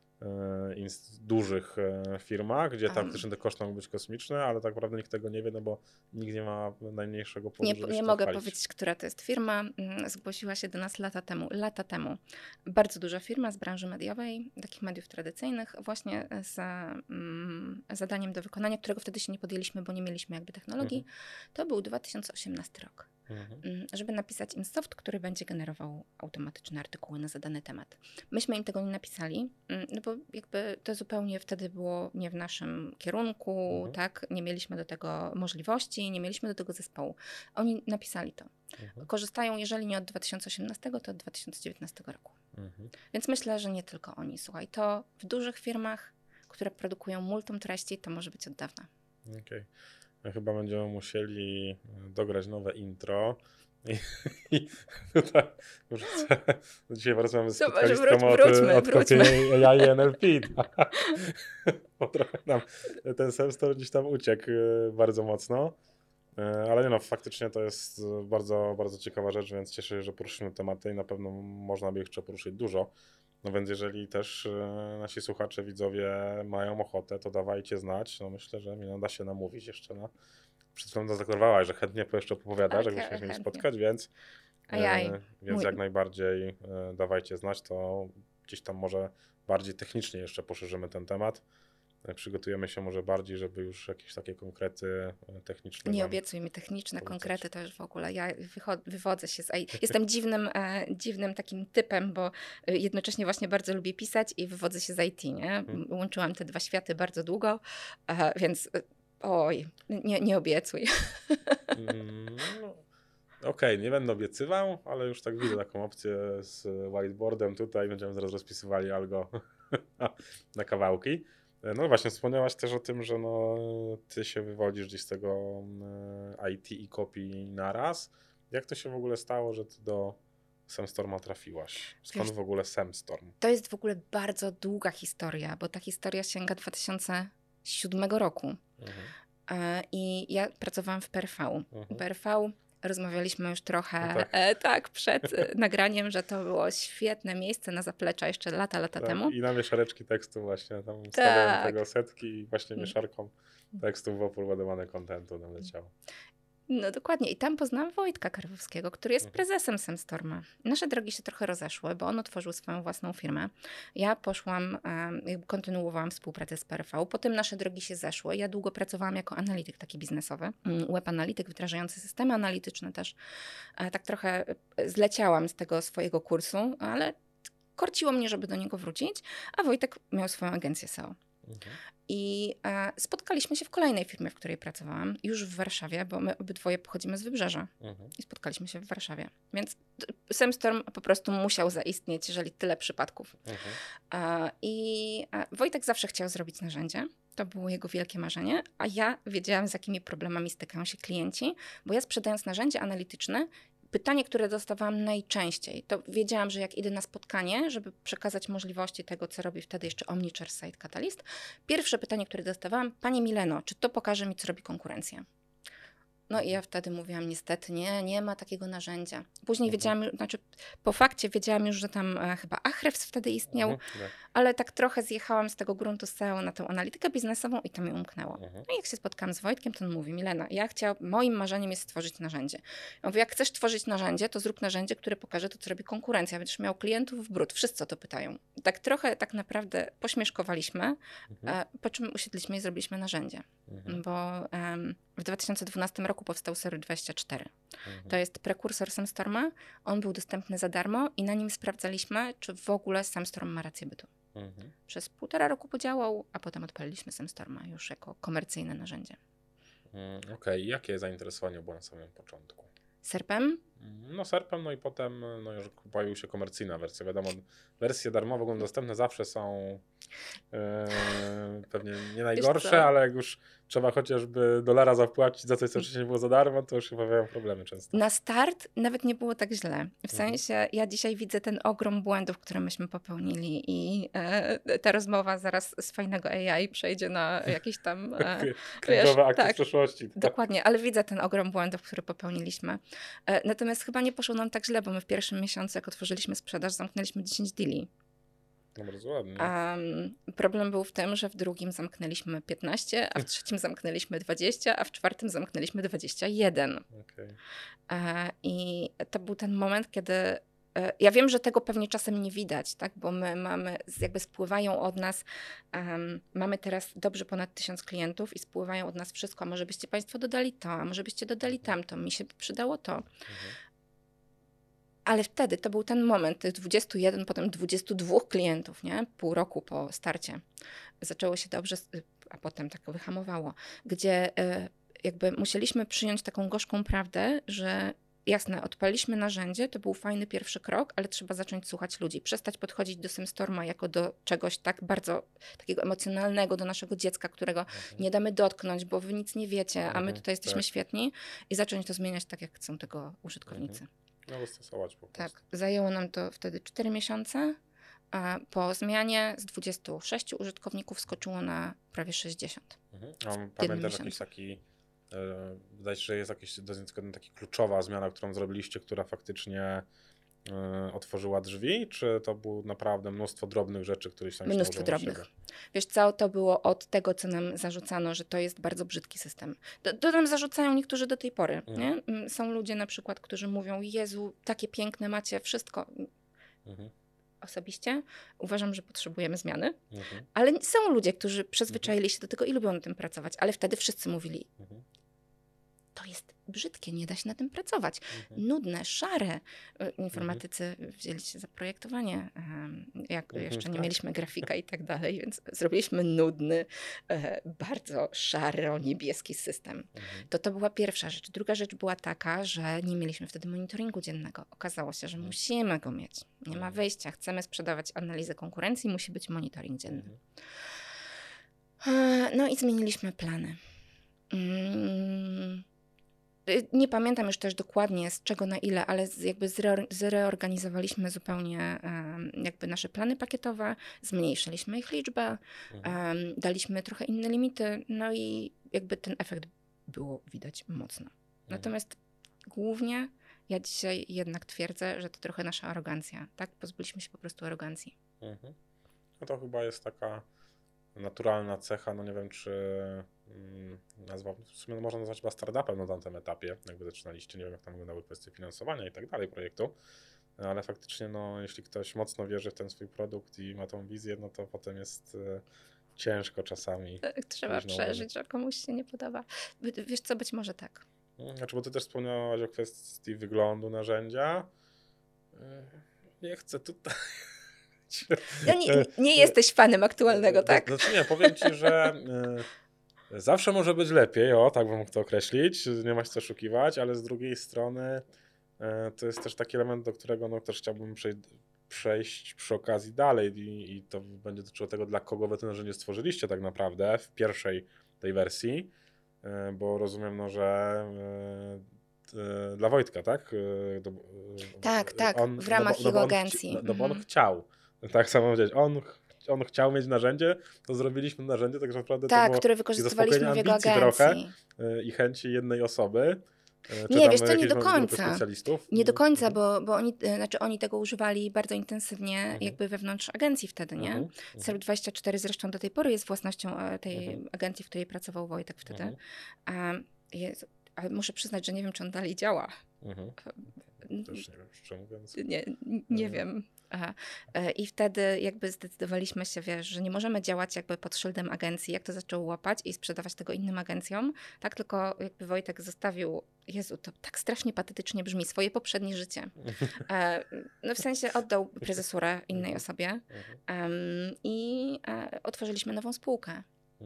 dużych firmach, gdzie faktycznie te koszty mogą być kosmiczne, ale tak naprawdę nikt tego nie wie, no bo nikt nie ma najmniejszego powodu, żeby Nie się mogę chwalić. powiedzieć, która to jest firma. Zgłosiła się do nas lata temu. Bardzo duża firma z branży mediowej, takich mediów tradycyjnych, właśnie z zadaniem do wykonania, którego wtedy się nie podjęliśmy, bo nie mieliśmy jakby technologii. To był 2018 rok. Żeby napisać im soft, który będzie generował automatyczne artykuły na zadany temat. Myśmy im tego nie napisali, no bo jakby to zupełnie wtedy było nie w naszym kierunku, tak? Nie mieliśmy do tego możliwości, nie mieliśmy do tego zespołu. Oni napisali to. Korzystają, jeżeli nie od 2018, to od 2019 roku. Więc myślę, że nie tylko oni. Słuchaj, to w dużych firmach, które produkują multum treści, to może być od dawna. Okej. Chyba będziemy musieli dograć nowe intro. I tutaj dzisiaj porozmawiamy z specjalistką od kopii AI i NLP. Bo trochę nam ten Semstorm gdzieś tam uciekł bardzo mocno. Ale nie no, faktycznie to jest bardzo, bardzo ciekawa rzecz, więc cieszę się, że poruszymy tematy i na pewno można by ich jeszcze poruszyć dużo. No więc jeżeli też nasi słuchacze, widzowie mają ochotę, to dawajcie znać. No myślę, że da się namówić jeszcze na... Przed chwilą zadeklarowałeś, że chętnie jeszcze opowiadasz, jak byśmy się mieli spotkać, więc jak najbardziej dawajcie znać, to gdzieś tam może bardziej technicznie jeszcze poszerzymy ten temat. Przygotujemy się może bardziej, żeby już jakieś takie konkrety techniczne... Nie obiecuj mi techniczne konkrety, to już w ogóle ja wywodzę się z AI. Jestem dziwnym takim typem, bo jednocześnie właśnie bardzo lubię pisać i wywodzę się z IT, nie? Łączyłam te dwa światy bardzo długo, więc oj, nie obiecuj. Okej, nie będę obiecywał, ale już tak widzę taką opcję z whiteboardem tutaj, będziemy zaraz rozpisywali algo na kawałki. No właśnie, wspomniałaś też o tym, że ty się wywodzisz gdzieś z tego IT i copy naraz. Jak to się w ogóle stało, że ty do Semstorma trafiłaś? Skąd w ogóle Semstorm? To jest w ogóle bardzo długa historia, bo ta historia sięga 2007 roku. I ja pracowałam w PRV. PRV rozmawialiśmy już trochę przed nagraniem, że to było świetne miejsce na zaplecza jeszcze lata temu. I na mieszareczki tekstu właśnie, tam stawiałem tego setki i właśnie mieszarką tekstów w opór ładowane kontentu nam leciało. No dokładnie. I tam poznałam Wojtka Karwowskiego, który jest prezesem Semstorma. Nasze drogi się trochę rozeszły, bo on otworzył swoją własną firmę. Ja poszłam, jakby kontynuowałam współpracę z PRV. Potem nasze drogi się zeszły. Ja długo pracowałam jako analityk taki biznesowy. Web analityk, wdrażający systemy analityczne też. Tak trochę zleciałam z tego swojego kursu, ale korciło mnie, żeby do niego wrócić, a Wojtek miał swoją agencję SEO. I spotkaliśmy się w kolejnej firmie, w której pracowałam, już w Warszawie, bo my obydwoje pochodzimy z Wybrzeża. I spotkaliśmy się w Warszawie. Więc Semstorm po prostu musiał zaistnieć, jeżeli tyle przypadków. I Wojtek zawsze chciał zrobić narzędzie. To było jego wielkie marzenie, a ja wiedziałam, z jakimi problemami stykają się klienci, bo ja sprzedając narzędzie analityczne, pytanie, które dostawałam najczęściej, to wiedziałam, że jak idę na spotkanie, żeby przekazać możliwości tego, co robi wtedy jeszcze Omnichurch Site Catalyst, pierwsze pytanie, które dostawałam: Pani Mileno, czy to pokaże mi, co robi konkurencja? No i ja wtedy mówiłam, niestety nie ma takiego narzędzia. Później wiedziałam, znaczy po fakcie wiedziałam już, że tam chyba Ahrefs wtedy istniał, ale tak trochę zjechałam z tego gruntu SEO na tę analitykę biznesową i to mi umknęło. No i jak się spotkałam z Wojtkiem, to on mówi: Milena, moim marzeniem jest stworzyć narzędzie. Ja mówię: jak chcesz tworzyć narzędzie, to zrób narzędzie, które pokaże to, co robi konkurencja. Będziesz miał klientów w brud, wszyscy o to pytają. Tak trochę tak naprawdę pośmieszkowaliśmy, po czym usiedliśmy i zrobiliśmy narzędzie. Bo w 2012 roku powstał Server 24. To jest prekursor Semstorma. On był dostępny za darmo i na nim sprawdzaliśmy, czy w ogóle Semstorm ma rację bytu. Przez 1,5 roku podziałał, a potem odpaliliśmy Semstorma już jako komercyjne narzędzie. Okej. Jakie zainteresowanie było na samym początku? SERPem? No SERPem, no i potem już pojawiła się komercyjna wersja. Wiadomo, wersje darmowe dostępne zawsze są pewnie nie najgorsze, ale jak już trzeba chociażby $1 zapłacić za coś, co wcześniej było za darmo, to już się pojawiają problemy często. Na start nawet nie było tak źle. W sensie ja dzisiaj widzę ten ogrom błędów, które myśmy popełnili i ta rozmowa zaraz z fajnego AI przejdzie na jakieś tam Krygowe akty z przeszłości. Tak? Dokładnie, ale widzę ten ogrom błędów, które popełniliśmy. Natomiast chyba nie poszło nam tak źle, bo my w pierwszym miesiącu, jak otworzyliśmy sprzedaż, zamknęliśmy 10 deali. No bardzo ładnie. Problem był w tym, że w drugim zamknęliśmy 15, a w trzecim zamknęliśmy 20, a w czwartym zamknęliśmy 21. I to był ten moment, kiedy ja wiem, że tego pewnie czasem nie widać, tak? Bo my mamy, jakby spływają od nas, mamy teraz dobrze ponad 1000 klientów i spływają od nas wszystko, a może byście Państwo dodali to, a może byście dodali tamto, mi się przydało to. Ale wtedy to był ten moment, tych 21, potem 22 klientów, nie? Pół roku po starcie. Zaczęło się dobrze, a potem tak wyhamowało, gdzie jakby musieliśmy przyjąć taką gorzką prawdę, że jasne, odpaliliśmy narzędzie, to był fajny pierwszy krok, ale trzeba zacząć słuchać ludzi. Przestać podchodzić do Semstorma jako do czegoś tak bardzo takiego emocjonalnego, do naszego dziecka, którego nie damy dotknąć, bo wy nic nie wiecie, a my tutaj jesteśmy świetni, i zacząć to zmieniać tak, jak chcą tego użytkownicy. No, stosować po prostu. Tak, zajęło nam to wtedy 4 miesiące, a po zmianie z 26 użytkowników skoczyło na prawie 60. Pamiętasz jakiś taki, wydaje się, że jest jakaś taki kluczowa zmiana, którą zrobiliście, która faktycznie otworzyła drzwi, czy to było naprawdę mnóstwo drobnych rzeczy, których się Mnóstwo drobnych. Wiesz co, to było od tego, co nam zarzucano, że to jest bardzo brzydki system. To nam zarzucają niektórzy do tej pory. Nie? Są ludzie na przykład, którzy mówią: Jezu, takie piękne macie wszystko. Osobiście uważam, że potrzebujemy zmiany, ale są ludzie, którzy przyzwyczaili się do tego i lubią na tym pracować, ale wtedy wszyscy mówili: to jest brzydkie, nie da się na tym pracować. Nudne, szare. Informatycy wzięli się za projektowanie, jak jeszcze nie mieliśmy grafika i tak dalej, więc zrobiliśmy nudny, bardzo szaro-niebieski system. To była pierwsza rzecz. Druga rzecz była taka, że nie mieliśmy wtedy monitoringu dziennego. Okazało się, że musimy go mieć. Nie ma wyjścia. Chcemy sprzedawać analizę konkurencji, musi być monitoring dzienny. No i zmieniliśmy plany. Nie pamiętam już też dokładnie z czego na ile, ale jakby zreorganizowaliśmy zupełnie jakby nasze plany pakietowe, zmniejszyliśmy ich liczbę, daliśmy trochę inne limity, no i jakby ten efekt było widać mocno. Natomiast głównie ja dzisiaj jednak twierdzę, że to trochę nasza arogancja, tak? Pozbyliśmy się po prostu arogancji. No to chyba jest taka naturalna cecha, no nie wiem, czy w sumie można nazwać chyba startupem na tamtym etapie, jakby zaczynaliście, nie wiem, jak tam wyglądały kwestie finansowania i tak dalej projektu, ale faktycznie, no, jeśli ktoś mocno wierzy w ten swój produkt i ma tą wizję, no to potem jest ciężko czasami Trzeba pójść na uwagę. przeżyć, że komuś się nie podoba. Wiesz co, być może tak. Znaczy, bo ty też wspomniałaś o kwestii wyglądu narzędzia. Nie chcę tutaj... Ja nie jesteś fanem aktualnego, tak? Znaczy nie, powiem ci, że zawsze może być lepiej, tak bym mógł to określić, nie ma się co oszukiwać, ale z drugiej strony to jest też taki element, do którego no, też chciałbym przejść przy okazji dalej i to będzie dotyczyło tego, dla kogo wy to narzędzie stworzyliście tak naprawdę w pierwszej tej wersji, bo rozumiem, no, że dla Wojtka, tak? Tak, w ramach jego agencji. No bo on chciał, tak samo powiedzieć, on chciał mieć narzędzie, to zrobiliśmy narzędzie, tak naprawdę to było które wykorzystywaliśmy w jego agencji. Trochę i chęci jednej osoby. Nie, wiesz co, nie do końca. Nie do końca, Mhm. bo oni tego używali bardzo intensywnie jakby wewnątrz agencji wtedy, nie? Serv24 zresztą do tej pory jest własnością tej agencji, w której pracował Wojtek wtedy. Ale muszę przyznać, że nie wiem, czy on dalej działa. Też nie wiem, szczerze mówiąc. Nie wiem. I wtedy jakby zdecydowaliśmy się, wiesz, że nie możemy działać jakby pod szyldem agencji, jak to zaczął łapać i sprzedawać tego innym agencjom, tak? Tylko jakby Wojtek zostawił, Jezu, to tak strasznie patetycznie brzmi, swoje poprzednie życie. No w sensie oddał prezesurę innej osobie i otworzyli nową spółkę.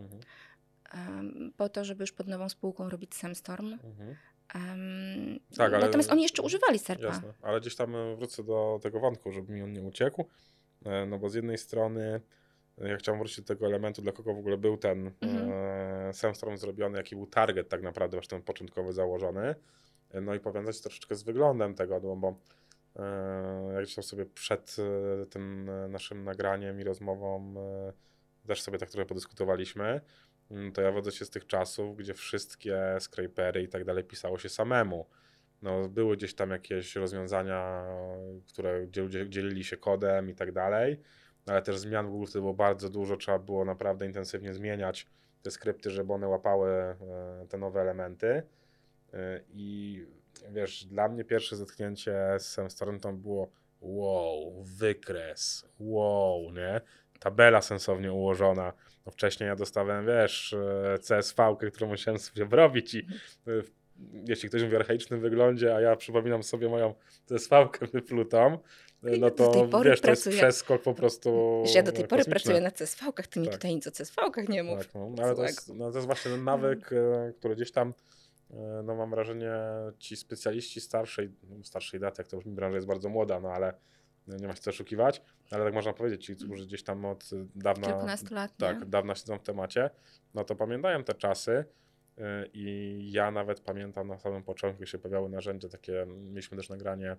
Po to, żeby już pod nową spółką robić Semstorm. Tak, ale natomiast oni jeszcze używali Serpa. Jasne, ale gdzieś tam wrócę do tego wątku, żeby mi on nie uciekł, no bo z jednej strony ja chciałem wrócić do tego elementu, dla kogo w ogóle był ten Semstorm zrobiony, jaki był target tak naprawdę, właśnie ten początkowy założony, no i powiązać troszeczkę z wyglądem tego, no bo jak gdzieś tam sobie przed tym naszym nagraniem i rozmową też sobie tak trochę podyskutowaliśmy, to ja wodzę się z tych czasów, gdzie wszystkie scrapery i tak dalej pisało się samemu. No, były gdzieś tam jakieś rozwiązania, gdzie dzielili się kodem i tak dalej, ale też zmian w Google wtedy było bardzo dużo, trzeba było naprawdę intensywnie zmieniać te skrypty, żeby one łapały te nowe elementy. I wiesz, dla mnie pierwsze zetknięcie z Semstorm to było wow, wykres, wow, nie? Tabela sensownie ułożona. No wcześniej ja dostałem, wiesz, CSV-kę, którą musiałem sobie wrobić i jeśli ktoś mówi o archaicznym wyglądzie, a ja przypominam sobie moją CSV-kę wyplutą, no to wiesz, to jest przeskok po prostu ja do tej pory kosmiczny. pracuję na CSV-kach, ty mi tutaj nic o CSV-kach nie mów. Tak, no, ale to jest właśnie ten nawyk, który gdzieś tam, no mam wrażenie, ci specjaliści starszej daty, jak to już mi branża jest bardzo młoda, no ale nie ma się co oszukiwać, ale tak można powiedzieć, ci, którzy gdzieś tam od dawna, kilkunastu lat, dawna siedzą w temacie, no to pamiętają te czasy i ja nawet pamiętam na samym początku, się pojawiały narzędzia takie, mieliśmy też nagranie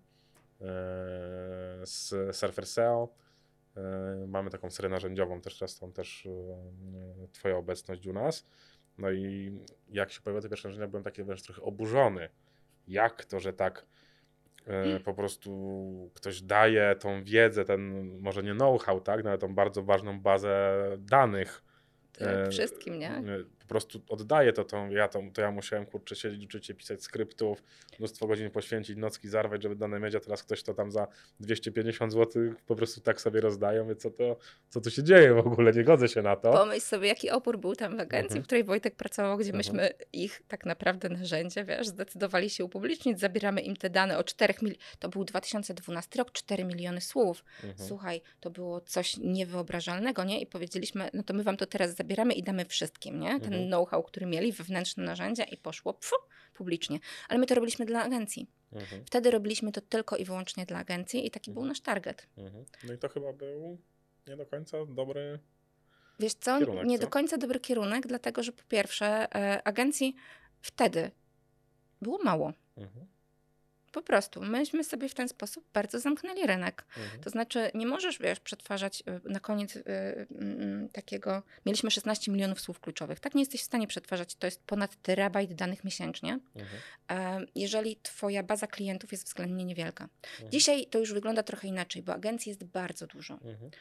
z Surfer SEO, mamy taką serię narzędziową, też zresztą też twoja obecność u nas, no i jak się pojawiły te pierwsze narzędzia, byłem taki wręcz trochę oburzony, jak to, że tak po prostu ktoś daje tą wiedzę, ten może nie know-how, tak, no ale tą bardzo ważną bazę danych. Wszystkim, nie? Po prostu oddaję to ja musiałem, kurczę, siedzieć, uczyć się pisać skryptów, mnóstwo godzin poświęcić, nocki zarwać, żeby dane media, teraz ktoś to tam za 250 zł po prostu tak sobie rozdaje, mówię, co tu się dzieje w ogóle, nie godzę się na to. Pomyśl sobie, jaki opór był tam w agencji, w której Wojtek pracował, gdzie myśmy ich tak naprawdę narzędzie, wiesz, zdecydowali się upublicznić, zabieramy im te dane o 4 to był 2012 rok, 4 miliony słów. Słuchaj, to było coś niewyobrażalnego, nie? I powiedzieliśmy, no to my wam to teraz zabieramy i damy wszystkim, nie? Ten know-how, który mieli, wewnętrzne narzędzia i poszło publicznie. Ale my to robiliśmy dla agencji. Wtedy robiliśmy to tylko i wyłącznie dla agencji i taki był nasz target. No i to chyba był nie do końca dobry Wiesz co? kierunek, nie do końca dobry kierunek, dlatego że po pierwsze agencji wtedy było mało. po prostu. Myśmy sobie w ten sposób bardzo zamknęli rynek. To znaczy nie możesz, przetwarzać na koniec takiego... Mieliśmy 16 milionów słów kluczowych. Tak nie jesteś w stanie przetwarzać. To jest ponad terabajt danych miesięcznie. Jeżeli twoja baza klientów jest względnie niewielka. Dzisiaj to już wygląda trochę inaczej, bo agencji jest bardzo dużo.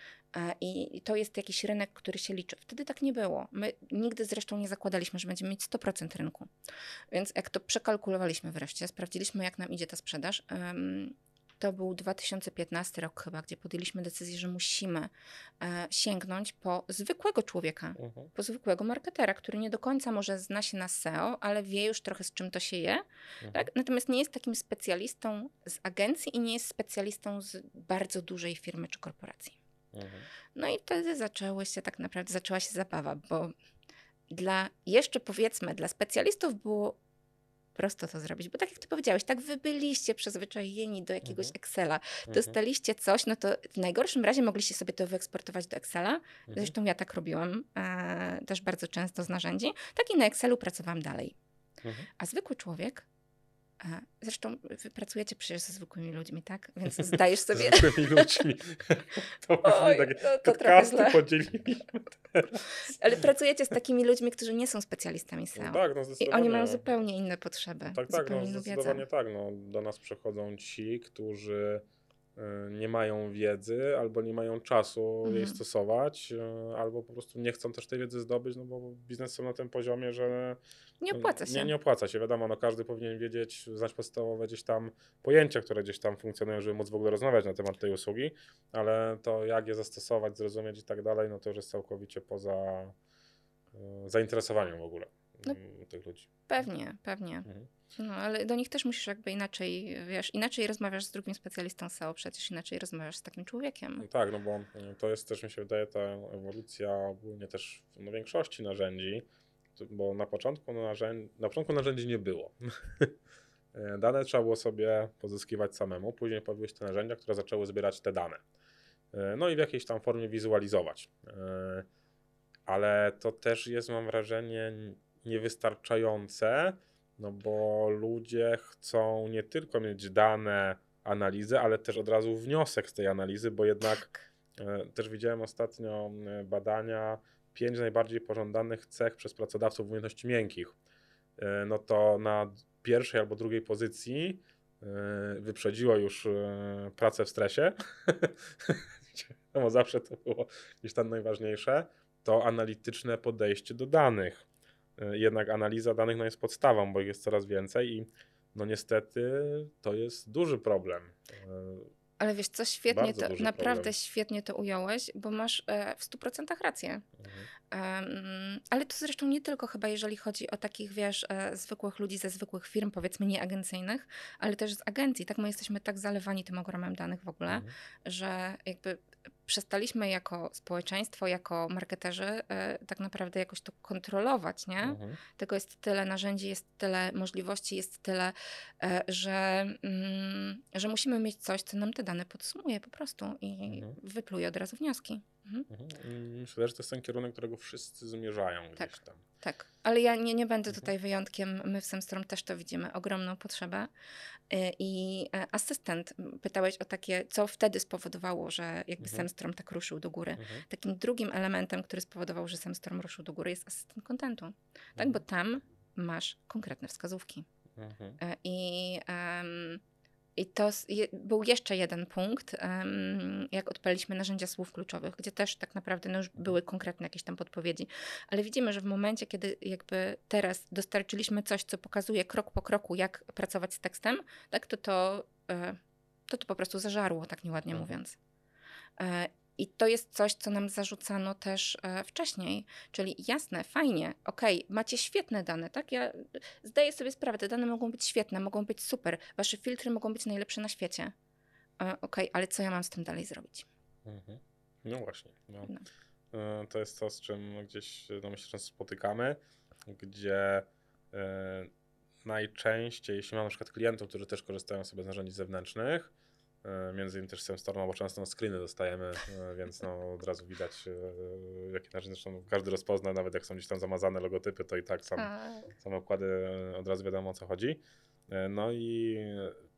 I to jest jakiś rynek, który się liczy. Wtedy tak nie było. My nigdy zresztą nie zakładaliśmy, że będziemy mieć 100% rynku. Więc jak to przekalkulowaliśmy wreszcie, sprawdziliśmy, jak nam idzie ta sprzedaż, to był 2015 rok chyba, gdzie podjęliśmy decyzję, że musimy sięgnąć po zwykłego człowieka, po zwykłego marketera, który nie do końca może zna się na SEO, ale wie już trochę, z czym to się je. Tak? Natomiast nie jest takim specjalistą z agencji i nie jest specjalistą z bardzo dużej firmy czy korporacji. No i wtedy zaczęła się zabawa, bo jeszcze powiedzmy, dla specjalistów było prosto to zrobić, bo tak jak ty powiedziałeś, tak wy byliście przyzwyczajeni do jakiegoś Excela, dostaliście coś, no to w najgorszym razie mogliście sobie to wyeksportować do Excela, zresztą ja tak robiłam też bardzo często z narzędzi, tak i na Excelu pracowałam dalej. A zwykły człowiek, zresztą wy pracujecie przecież ze zwykłymi ludźmi, tak? Więc zdajesz sobie... Z zwykłymi ludźmi. To takie podcasty podzieliliśmy teraz. Ale pracujecie z takimi ludźmi, którzy nie są specjalistami SEO. No tak, I oni mają zupełnie inne potrzeby. Zdecydowanie tak. Do nas przychodzą ci, którzy nie mają wiedzy, albo nie mają czasu jej stosować, albo po prostu nie chcą też tej wiedzy zdobyć, no bo biznes są na tym poziomie, że nie opłaca się. Nie opłaca się, wiadomo, każdy powinien wiedzieć, znać podstawowe gdzieś tam pojęcia, które gdzieś tam funkcjonują, żeby móc w ogóle rozmawiać na temat tej usługi, ale to jak je zastosować, zrozumieć i tak dalej, no to już jest całkowicie poza zainteresowaniem w ogóle tych ludzi. Pewnie. No, ale do nich też musisz jakby inaczej rozmawiasz z drugim specjalistą SEO, przecież inaczej rozmawiasz z takim człowiekiem. No tak, no bo to jest też, mi się wydaje, ta ewolucja ogólnie też w większości narzędzi, bo na początku narzędzi nie było. Dane trzeba było sobie pozyskiwać samemu, później pojawiły się te narzędzia, które zaczęły zbierać te dane. No i w jakiejś tam formie wizualizować. Ale to też jest, mam wrażenie, niewystarczające, no bo ludzie chcą nie tylko mieć dane, analizę, ale też od razu wniosek z tej analizy, bo jednak też widziałem ostatnio badania 5 najbardziej pożądanych cech przez pracodawców umiejętności miękkich. No to na pierwszej albo drugiej pozycji wyprzedziło już pracę w stresie, no bo zawsze to było gdzieś tam najważniejsze, to analityczne podejście do danych. Jednak analiza danych jest podstawą, bo ich jest coraz więcej i no niestety to jest duży problem. Ale wiesz co, naprawdę świetnie to ująłeś, bo masz w 100% rację. Ale to zresztą nie tylko chyba, jeżeli chodzi o takich, zwykłych ludzi ze zwykłych firm, powiedzmy nieagencyjnych, ale też z agencji. Tak, my jesteśmy tak zalewani tym ogromem danych w ogóle, że jakby przestaliśmy jako społeczeństwo, jako marketerzy tak naprawdę jakoś to kontrolować, nie? Tego jest tyle narzędzi, jest tyle możliwości, jest tyle, że musimy mieć coś, co nam te dane podsumuje po prostu i wypluje od razu wnioski. Myślę, że to jest ten kierunek, którego wszyscy zmierzają gdzieś tam. Tak, ale ja nie będę tutaj wyjątkiem. My w Semstrom też to widzimy, ogromną potrzebę. I asystent, pytałeś o takie, co wtedy spowodowało, że jakby Semstrom tak ruszył do góry. Takim drugim elementem, który spowodował, że Semstrom ruszył do góry, jest asystent contentu. Tak, bo tam masz konkretne wskazówki. I to był jeszcze jeden punkt, jak odpaliliśmy narzędzia słów kluczowych, gdzie też tak naprawdę już były konkretne jakieś tam podpowiedzi. Ale widzimy, że w momencie, kiedy jakby teraz dostarczyliśmy coś, co pokazuje krok po kroku, jak pracować z tekstem, tak, to po prostu zażarło, tak nieładnie mówiąc. I to jest coś, co nam zarzucano też wcześniej, czyli jasne, fajnie, okej, macie świetne dane, tak? Ja zdaję sobie sprawę, te dane mogą być świetne, mogą być super, wasze filtry mogą być najlepsze na świecie. Okej, ale co ja mam z tym dalej zrobić? No właśnie. No. To jest to, z czym gdzieś myślę, że spotykamy, gdzie najczęściej, jeśli mam na przykład klientów, którzy też korzystają sobie z narzędzi zewnętrznych, między innymi też Semstorm, bo często screeny dostajemy, więc od razu widać, jakie narzędzia, zresztą każdy rozpozna, nawet jak są gdzieś tam zamazane logotypy, to i tak same układy od razu wiadomo, o co chodzi. No i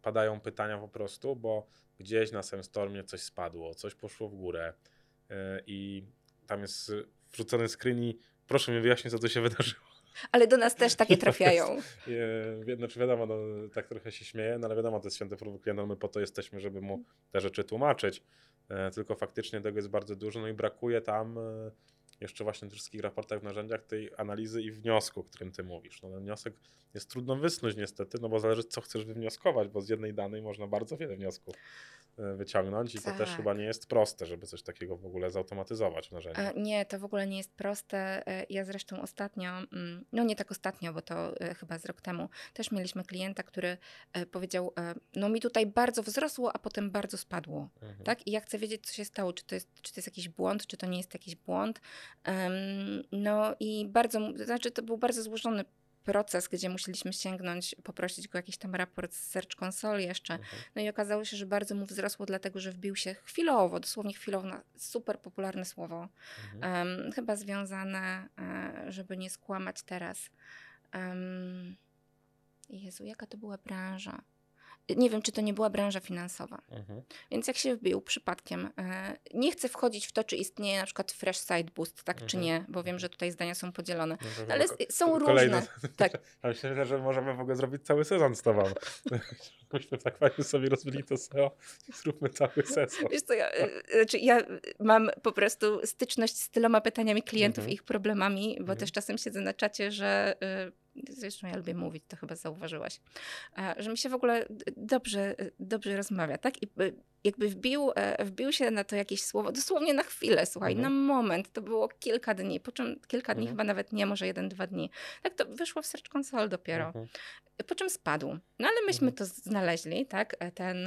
padają pytania po prostu, bo gdzieś na Sandstormie coś spadło, coś poszło w górę i tam jest wrzucony screen i proszę mi wyjaśnić, co to się wydarzyło. Ale do nas też takie To trafiają. znaczy wiadomo, no, tak trochę się śmieję, no ale wiadomo, to jest święte prawo klienta, no my po to jesteśmy, żeby mu te rzeczy tłumaczyć, tylko faktycznie tego jest bardzo dużo, no i brakuje tam jeszcze właśnie w tych wszystkich raportach, w narzędziach tej analizy i wniosku, o którym ty mówisz. No ten wniosek jest trudno wysnuć niestety, no bo zależy, co chcesz wywnioskować, bo z jednej danej można bardzo wiele wniosków wyciągnąć i to też chyba nie jest proste, żeby coś takiego w ogóle zautomatyzować w narzędziu. Nie, to w ogóle nie jest proste. Ja zresztą ostatnio, no nie tak ostatnio, bo to chyba z rok temu, też mieliśmy klienta, który powiedział, no mi tutaj bardzo wzrosło, a potem bardzo spadło. Tak? I ja chcę wiedzieć, co się stało, czy to jest jakiś błąd, czy to nie jest jakiś błąd. No i to był bardzo złożony proces, gdzie musieliśmy sięgnąć, poprosić go jakiś tam raport z Search Console jeszcze. No i okazało się, że bardzo mu wzrosło, dlatego że wbił się chwilowo, dosłownie chwilowo na super popularne słowo. Chyba związane, żeby nie skłamać teraz. Jezu, jaka to była branża? Nie wiem, czy to nie była branża finansowa. Więc jak się wbił przypadkiem, nie chcę wchodzić w to, czy istnieje na przykład Fresh Site Boost, tak czy nie, bo wiem, że tutaj zdania są podzielone. No Ale są różne. Tak. Ale myślę, że możemy w ogóle zrobić cały sezon z tobą. Myśmy tak fajnie sobie rozbili to SEO i zróbmy cały sezon. Wiesz co, ja mam po prostu styczność z tyloma pytaniami klientów i ich problemami, bo też czasem siedzę na czacie, że zresztą ja lubię mówić, to chyba zauważyłaś, że mi się w ogóle dobrze rozmawia, tak? I jakby wbił się na to jakieś słowo, dosłownie na chwilę, słuchaj, na moment, to było kilka dni, po czym kilka dni chyba nawet nie, może 1-2 dni. Tak to wyszło w Search Console dopiero. Po czym spadł. No ale myśmy to znaleźli, tak?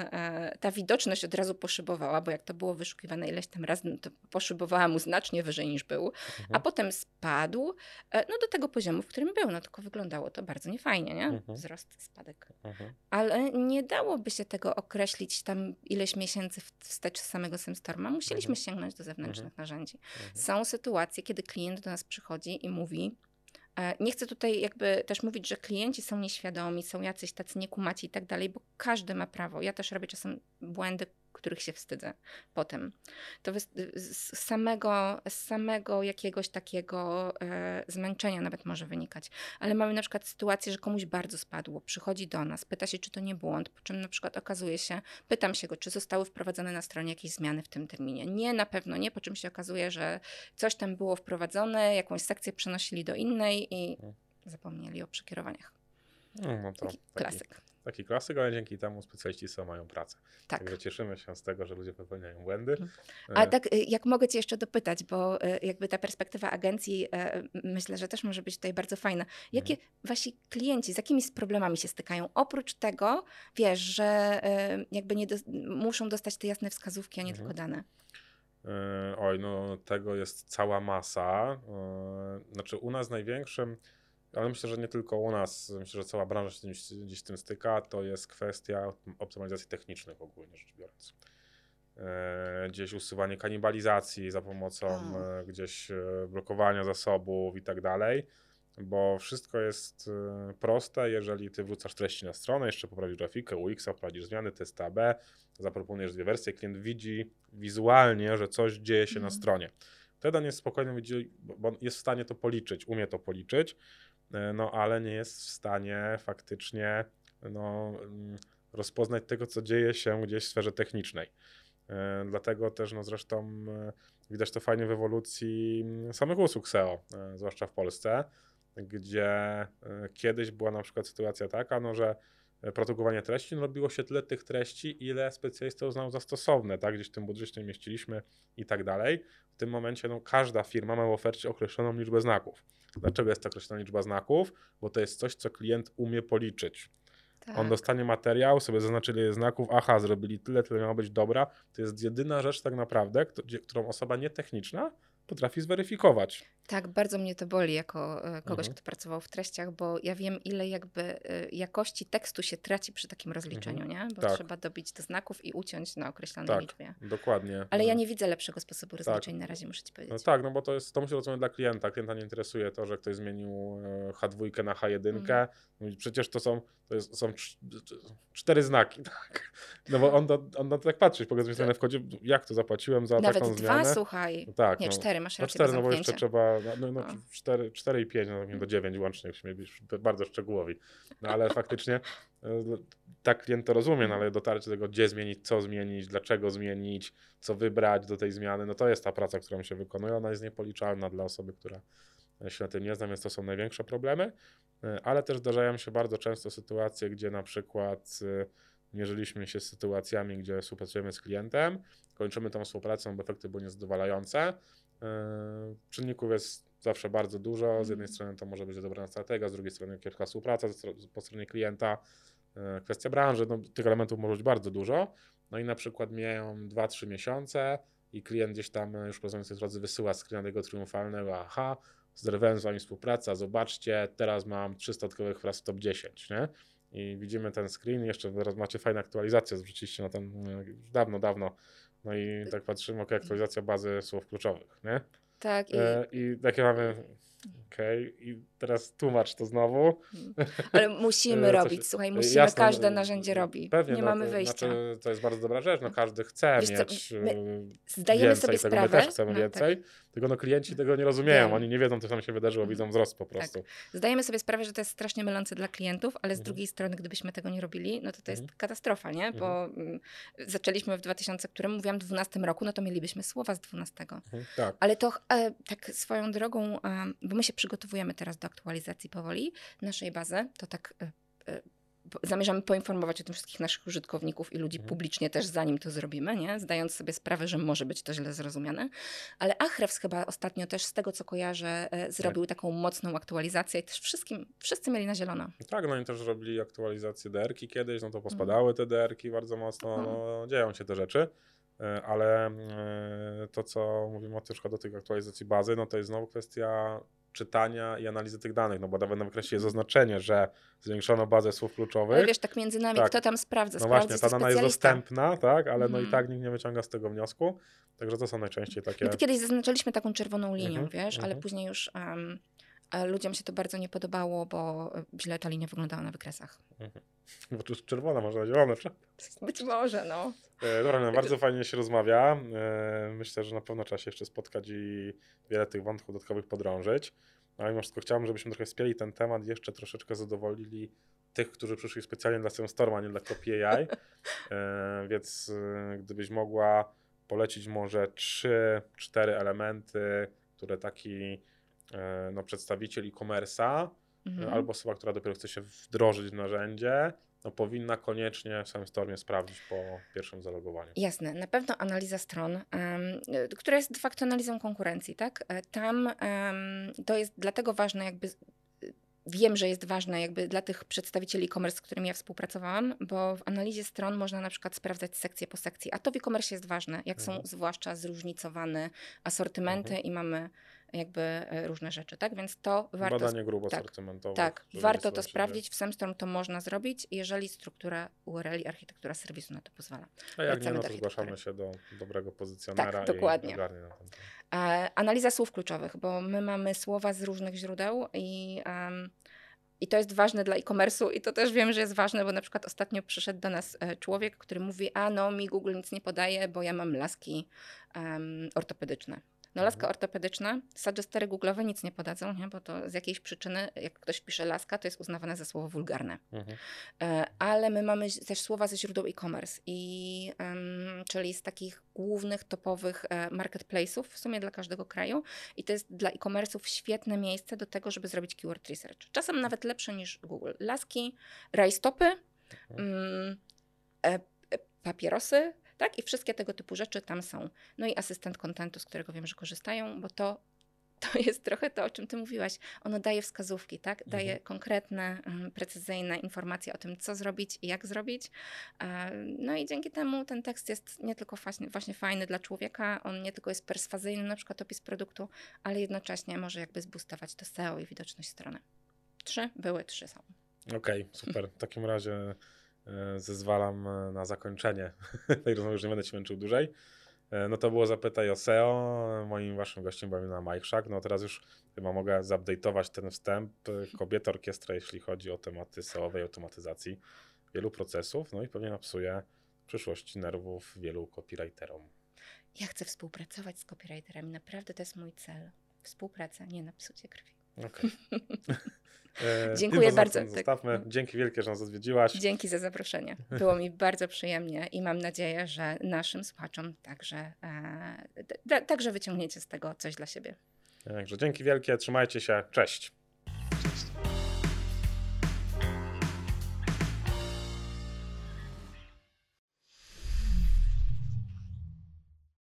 Ta widoczność od razu poszybowała, bo jak to było wyszukiwane ileś tam razy, no to poszybowała mu znacznie wyżej niż był, a potem spadł no do tego poziomu, w którym był. No tylko wyglądało to bardzo niefajnie, nie? Wzrost, spadek. Ale nie dałoby się tego określić tam ileś miesięcy wstecz z samego Sandstorma. Musieliśmy sięgnąć do zewnętrznych narzędzi. Są sytuacje, kiedy klient do nas przychodzi i mówi, nie chcę tutaj jakby też mówić, że klienci są nieświadomi, są jacyś tacy niekumaci i tak dalej, bo każdy ma prawo. Ja też robię czasem błędy, których się wstydzę potem. To z samego jakiegoś takiego zmęczenia nawet może wynikać. Ale mamy na przykład sytuację, że komuś bardzo spadło, przychodzi do nas, pyta się, czy to nie błąd, po czym na przykład okazuje się, pytam się go, czy zostały wprowadzone na stronie jakieś zmiany w tym terminie. Nie, na pewno nie, po czym się okazuje, że coś tam było wprowadzone, jakąś sekcję przenosili do innej i zapomnieli o przekierowaniach. No to Klasyk. Taki klasyk, ale dzięki temu specjaliści SEO mają pracę. Tak. Także cieszymy się z tego, że ludzie popełniają błędy. A tak, jak mogę Cię jeszcze dopytać, bo jakby ta perspektywa agencji myślę, że też może być tutaj bardzo fajna. Jakie wasi klienci, z jakimi problemami się stykają? Oprócz tego, wiesz, że jakby muszą dostać te jasne wskazówki, a nie tylko dane. Oj, no tego jest cała masa. Znaczy u nas największym, ale myślę, że nie tylko u nas, myślę, że cała branża się gdzieś z tym styka, to jest kwestia optymalizacji technicznych ogólnie rzecz biorąc. Gdzieś usuwanie kanibalizacji za pomocą gdzieś blokowania zasobów i tak dalej, bo wszystko jest proste, jeżeli ty wrzucasz treści na stronę, jeszcze poprawisz grafikę, UX-a, wprowadzisz zmiany, testy AB, zaproponujesz 2 wersje, klient widzi wizualnie, że coś dzieje się na stronie. Wtedy on jest spokojny, widzi, bo jest w stanie to policzyć, umie to policzyć, no ale nie jest w stanie faktycznie rozpoznać tego, co dzieje się gdzieś w sferze technicznej. Dlatego też zresztą widać to fajnie w ewolucji samych usług SEO, zwłaszcza w Polsce, gdzie kiedyś była na przykład sytuacja taka, że produkowanie treści robiło się tyle tych treści, ile specjalista uznał za stosowne, tak? Gdzieś w tym budżecie mieściliśmy i tak dalej. W tym momencie każda firma ma w ofercie określoną liczbę znaków. Dlaczego jest to określona liczba znaków? Bo to jest coś, co klient umie policzyć. Tak. On dostanie materiał, sobie zaznaczy ile jest znaków, aha, zrobili tyle miało być, dobra. To jest jedyna rzecz tak naprawdę, którą osoba nietechniczna potrafi zweryfikować. Tak, bardzo mnie to boli jako kogoś, kto pracował w treściach, bo ja wiem, ile jakby jakości tekstu się traci przy takim rozliczeniu, nie? Bo Tak. trzeba dobić do znaków i uciąć na określonej Tak, liczbie. dokładnie. Ale ja nie widzę lepszego sposobu rozliczeń na razie, muszę ci powiedzieć. No tak, no bo to musi rozumieć dla klienta. Klienta nie interesuje to, że ktoś zmienił H2 na H1. No i przecież to są 4 znaki, tak? No bo on na to tak patrzy, powiedzmy sobie w kodzie, jak to zapłaciłem za Nawet taką 2, zmianę. słuchaj. No tak, Nie, 4, masz no rację, 4, do no bo jeszcze zamknięcia. trzeba, 4 i 5, no do 9 łącznie, jakbyśmy byli bardzo szczegółowi. No ale faktycznie tak klient to rozumie, no ale dotarcie do tego, gdzie zmienić, co zmienić, dlaczego zmienić, co wybrać do tej zmiany, no to jest ta praca, którą się wykonuje, ona jest niepoliczalna dla osoby, która się na tym nie zna, więc to są największe problemy, ale też zdarzają się bardzo często sytuacje, gdzie na przykład mierzyliśmy się z sytuacjami, gdzie współpracujemy z klientem, kończymy tą współpracę, bo efekty były niezadowalające. Czynników jest zawsze bardzo dużo. Z jednej strony to może być dobrana strategia, z drugiej strony kiepska współpraca po stronie klienta, kwestia branży, no, tych elementów może być bardzo dużo. No i na przykład mijają 2-3 miesiące i klient gdzieś tam już po tej drodze wysyła screena tego triumfalnego, aha, zerwałem z wami współpracę, zobaczcie, teraz mam 300 dodatkowych fraz w top 10, nie? I widzimy ten screen, jeszcze teraz macie fajne aktualizacje, zwróciliście na ten już dawno. No i tak patrzymy, aktualizacja bazy słów kluczowych, nie? Tak. I takie mamy, i teraz tłumacz to znowu. Ale musimy robić, słuchaj, musimy, Jasne, każde narzędzie robi. Pewnie, nie mamy wyjścia. Znaczy, to jest bardzo dobra rzecz, no każdy chce Wiesz co, mieć zdajemy więcej sobie tego, sprawę, my też chcemy więcej, tylko no klienci tego nie rozumieją, Wiem. oni nie wiedzą, co tam się wydarzyło, widzą wzrost po prostu. Zdajemy sobie sprawę, że to jest strasznie mylące dla klientów, ale z drugiej strony, gdybyśmy tego nie robili, no to jest katastrofa, nie? Bo zaczęliśmy w 2012 roku, no to mielibyśmy słowa z 12. Tak. Ale to tak swoją drogą, bo my się przygotowujemy teraz do aktualizacji powoli naszej bazy, to tak zamierzamy poinformować o tym wszystkich naszych użytkowników i ludzi publicznie też, zanim to zrobimy, nie? Zdając sobie sprawę, że może być to źle zrozumiane. Ale Ahrefs chyba ostatnio też, z tego co kojarzę, zrobił taką mocną aktualizację i też wszyscy mieli na zielono. Tak, no i też robili aktualizację DR-ki kiedyś, no to pospadały te DR-ki bardzo mocno, no, dzieją się te rzeczy. Ale to, co mówimy na przykład do tych aktualizacji bazy, no to jest znowu kwestia czytania i analizy tych danych, no bo nawet na wykresie jest oznaczenie, że zwiększono bazę słów kluczowych. Ale wiesz, tak między nami, kto tam sprawdza? No właśnie, ta dana jest dostępna, tak, ale no i tak nikt nie wyciąga z tego wniosku, także to są najczęściej takie... My to kiedyś zaznaczyliśmy taką czerwoną linią, wiesz, ale później już ludziom się to bardzo nie podobało, bo źle ta linia wyglądała na wykresach. Bo tu jest czerwona, może na zielone. Być może, no. Dobra, no, bardzo fajnie się rozmawia. Myślę, że na pewno trzeba się jeszcze spotkać i wiele tych wątków dodatkowych podrążyć. Ale mimo wszystko chciałbym, żebyśmy trochę wspięli ten temat, jeszcze troszeczkę zadowolili tych, którzy przyszli specjalnie dla Sandstorma, a nie dla Copy AI. Więc gdybyś mogła polecić może 3-4 elementy, które taki przedstawiciel e-commerce'a albo osoba, która dopiero chce się wdrożyć w narzędzie, no powinna koniecznie w Sandstormie sprawdzić po pierwszym zalogowaniu. Jasne, na pewno analiza stron, która jest de facto analizą konkurencji, tak? Tam to jest dlatego ważne, jakby wiem, że jest ważne jakby dla tych przedstawicieli e-commerce, z którymi ja współpracowałam, bo w analizie stron można na przykład sprawdzać sekcję po sekcji, a to w e-commerce jest ważne, jak są zwłaszcza zróżnicowane asortymenty i mamy jakby różne rzeczy, tak? Więc to warto... Badanie grup asortymentowych. Tak, warto to sprawdzić. W Sandstorm to można zrobić, jeżeli struktura URL i architektura serwisu na to pozwala. A jak nie, no to zgłaszamy się do dobrego pozycjonera tak, dokładnie. i ogarnie na ten temat. Analiza słów kluczowych, bo my mamy słowa z różnych źródeł i to jest ważne dla e-commerce'u i to też wiem, że jest ważne, bo na przykład ostatnio przyszedł do nas człowiek, który mówi, mi Google nic nie podaje, bo ja mam laski ortopedyczne. No laska ortopedyczna, suggestery google'owe nic nie podadzą, nie? Bo to z jakiejś przyczyny, jak ktoś pisze laska, to jest uznawane za słowo wulgarne. Ale my mamy też słowa ze źródeł e-commerce, czyli z takich głównych, topowych marketplace'ów, w sumie dla każdego kraju. I to jest dla e-commerce'ów świetne miejsce do tego, żeby zrobić keyword research. Czasem nawet lepsze niż Google. Laski, rajstopy, papierosy, tak? I wszystkie tego typu rzeczy tam są. No i asystent contentu, z którego wiem, że korzystają, bo to to jest trochę to, o czym ty mówiłaś. Ono daje wskazówki, tak? Daje konkretne, precyzyjne informacje o tym, co zrobić i jak zrobić. No i dzięki temu ten tekst jest nie tylko właśnie fajny dla człowieka, on nie tylko jest perswazyjny, na przykład opis produktu, ale jednocześnie może jakby zboostować to SEO i widoczność strony. 3 są. Okej, super. W takim razie zezwalam na zakończenie tej rozmowy, już nie będę ci męczył dłużej. No to było Zapytaj o SEO. Moim waszym gościem była Milena Majchrzak. No teraz już chyba mogę zupdate'ować ten wstęp. Kobieta orkiestra, jeśli chodzi o tematy SEO-owej automatyzacji wielu procesów, no i pewnie napsuje w przyszłości nerwów wielu copywriterom. Ja chcę współpracować z copywriterami. Naprawdę to jest mój cel. Współpraca, nie na psucie krwi. Okej. Dziękuję bardzo. Zostawmy. Dzięki wielkie, że nas odwiedziłaś. Dzięki za zaproszenie. Było mi bardzo przyjemnie i mam nadzieję, że naszym słuchaczom także wyciągniecie z tego coś dla siebie. Także dzięki wielkie, trzymajcie się, cześć.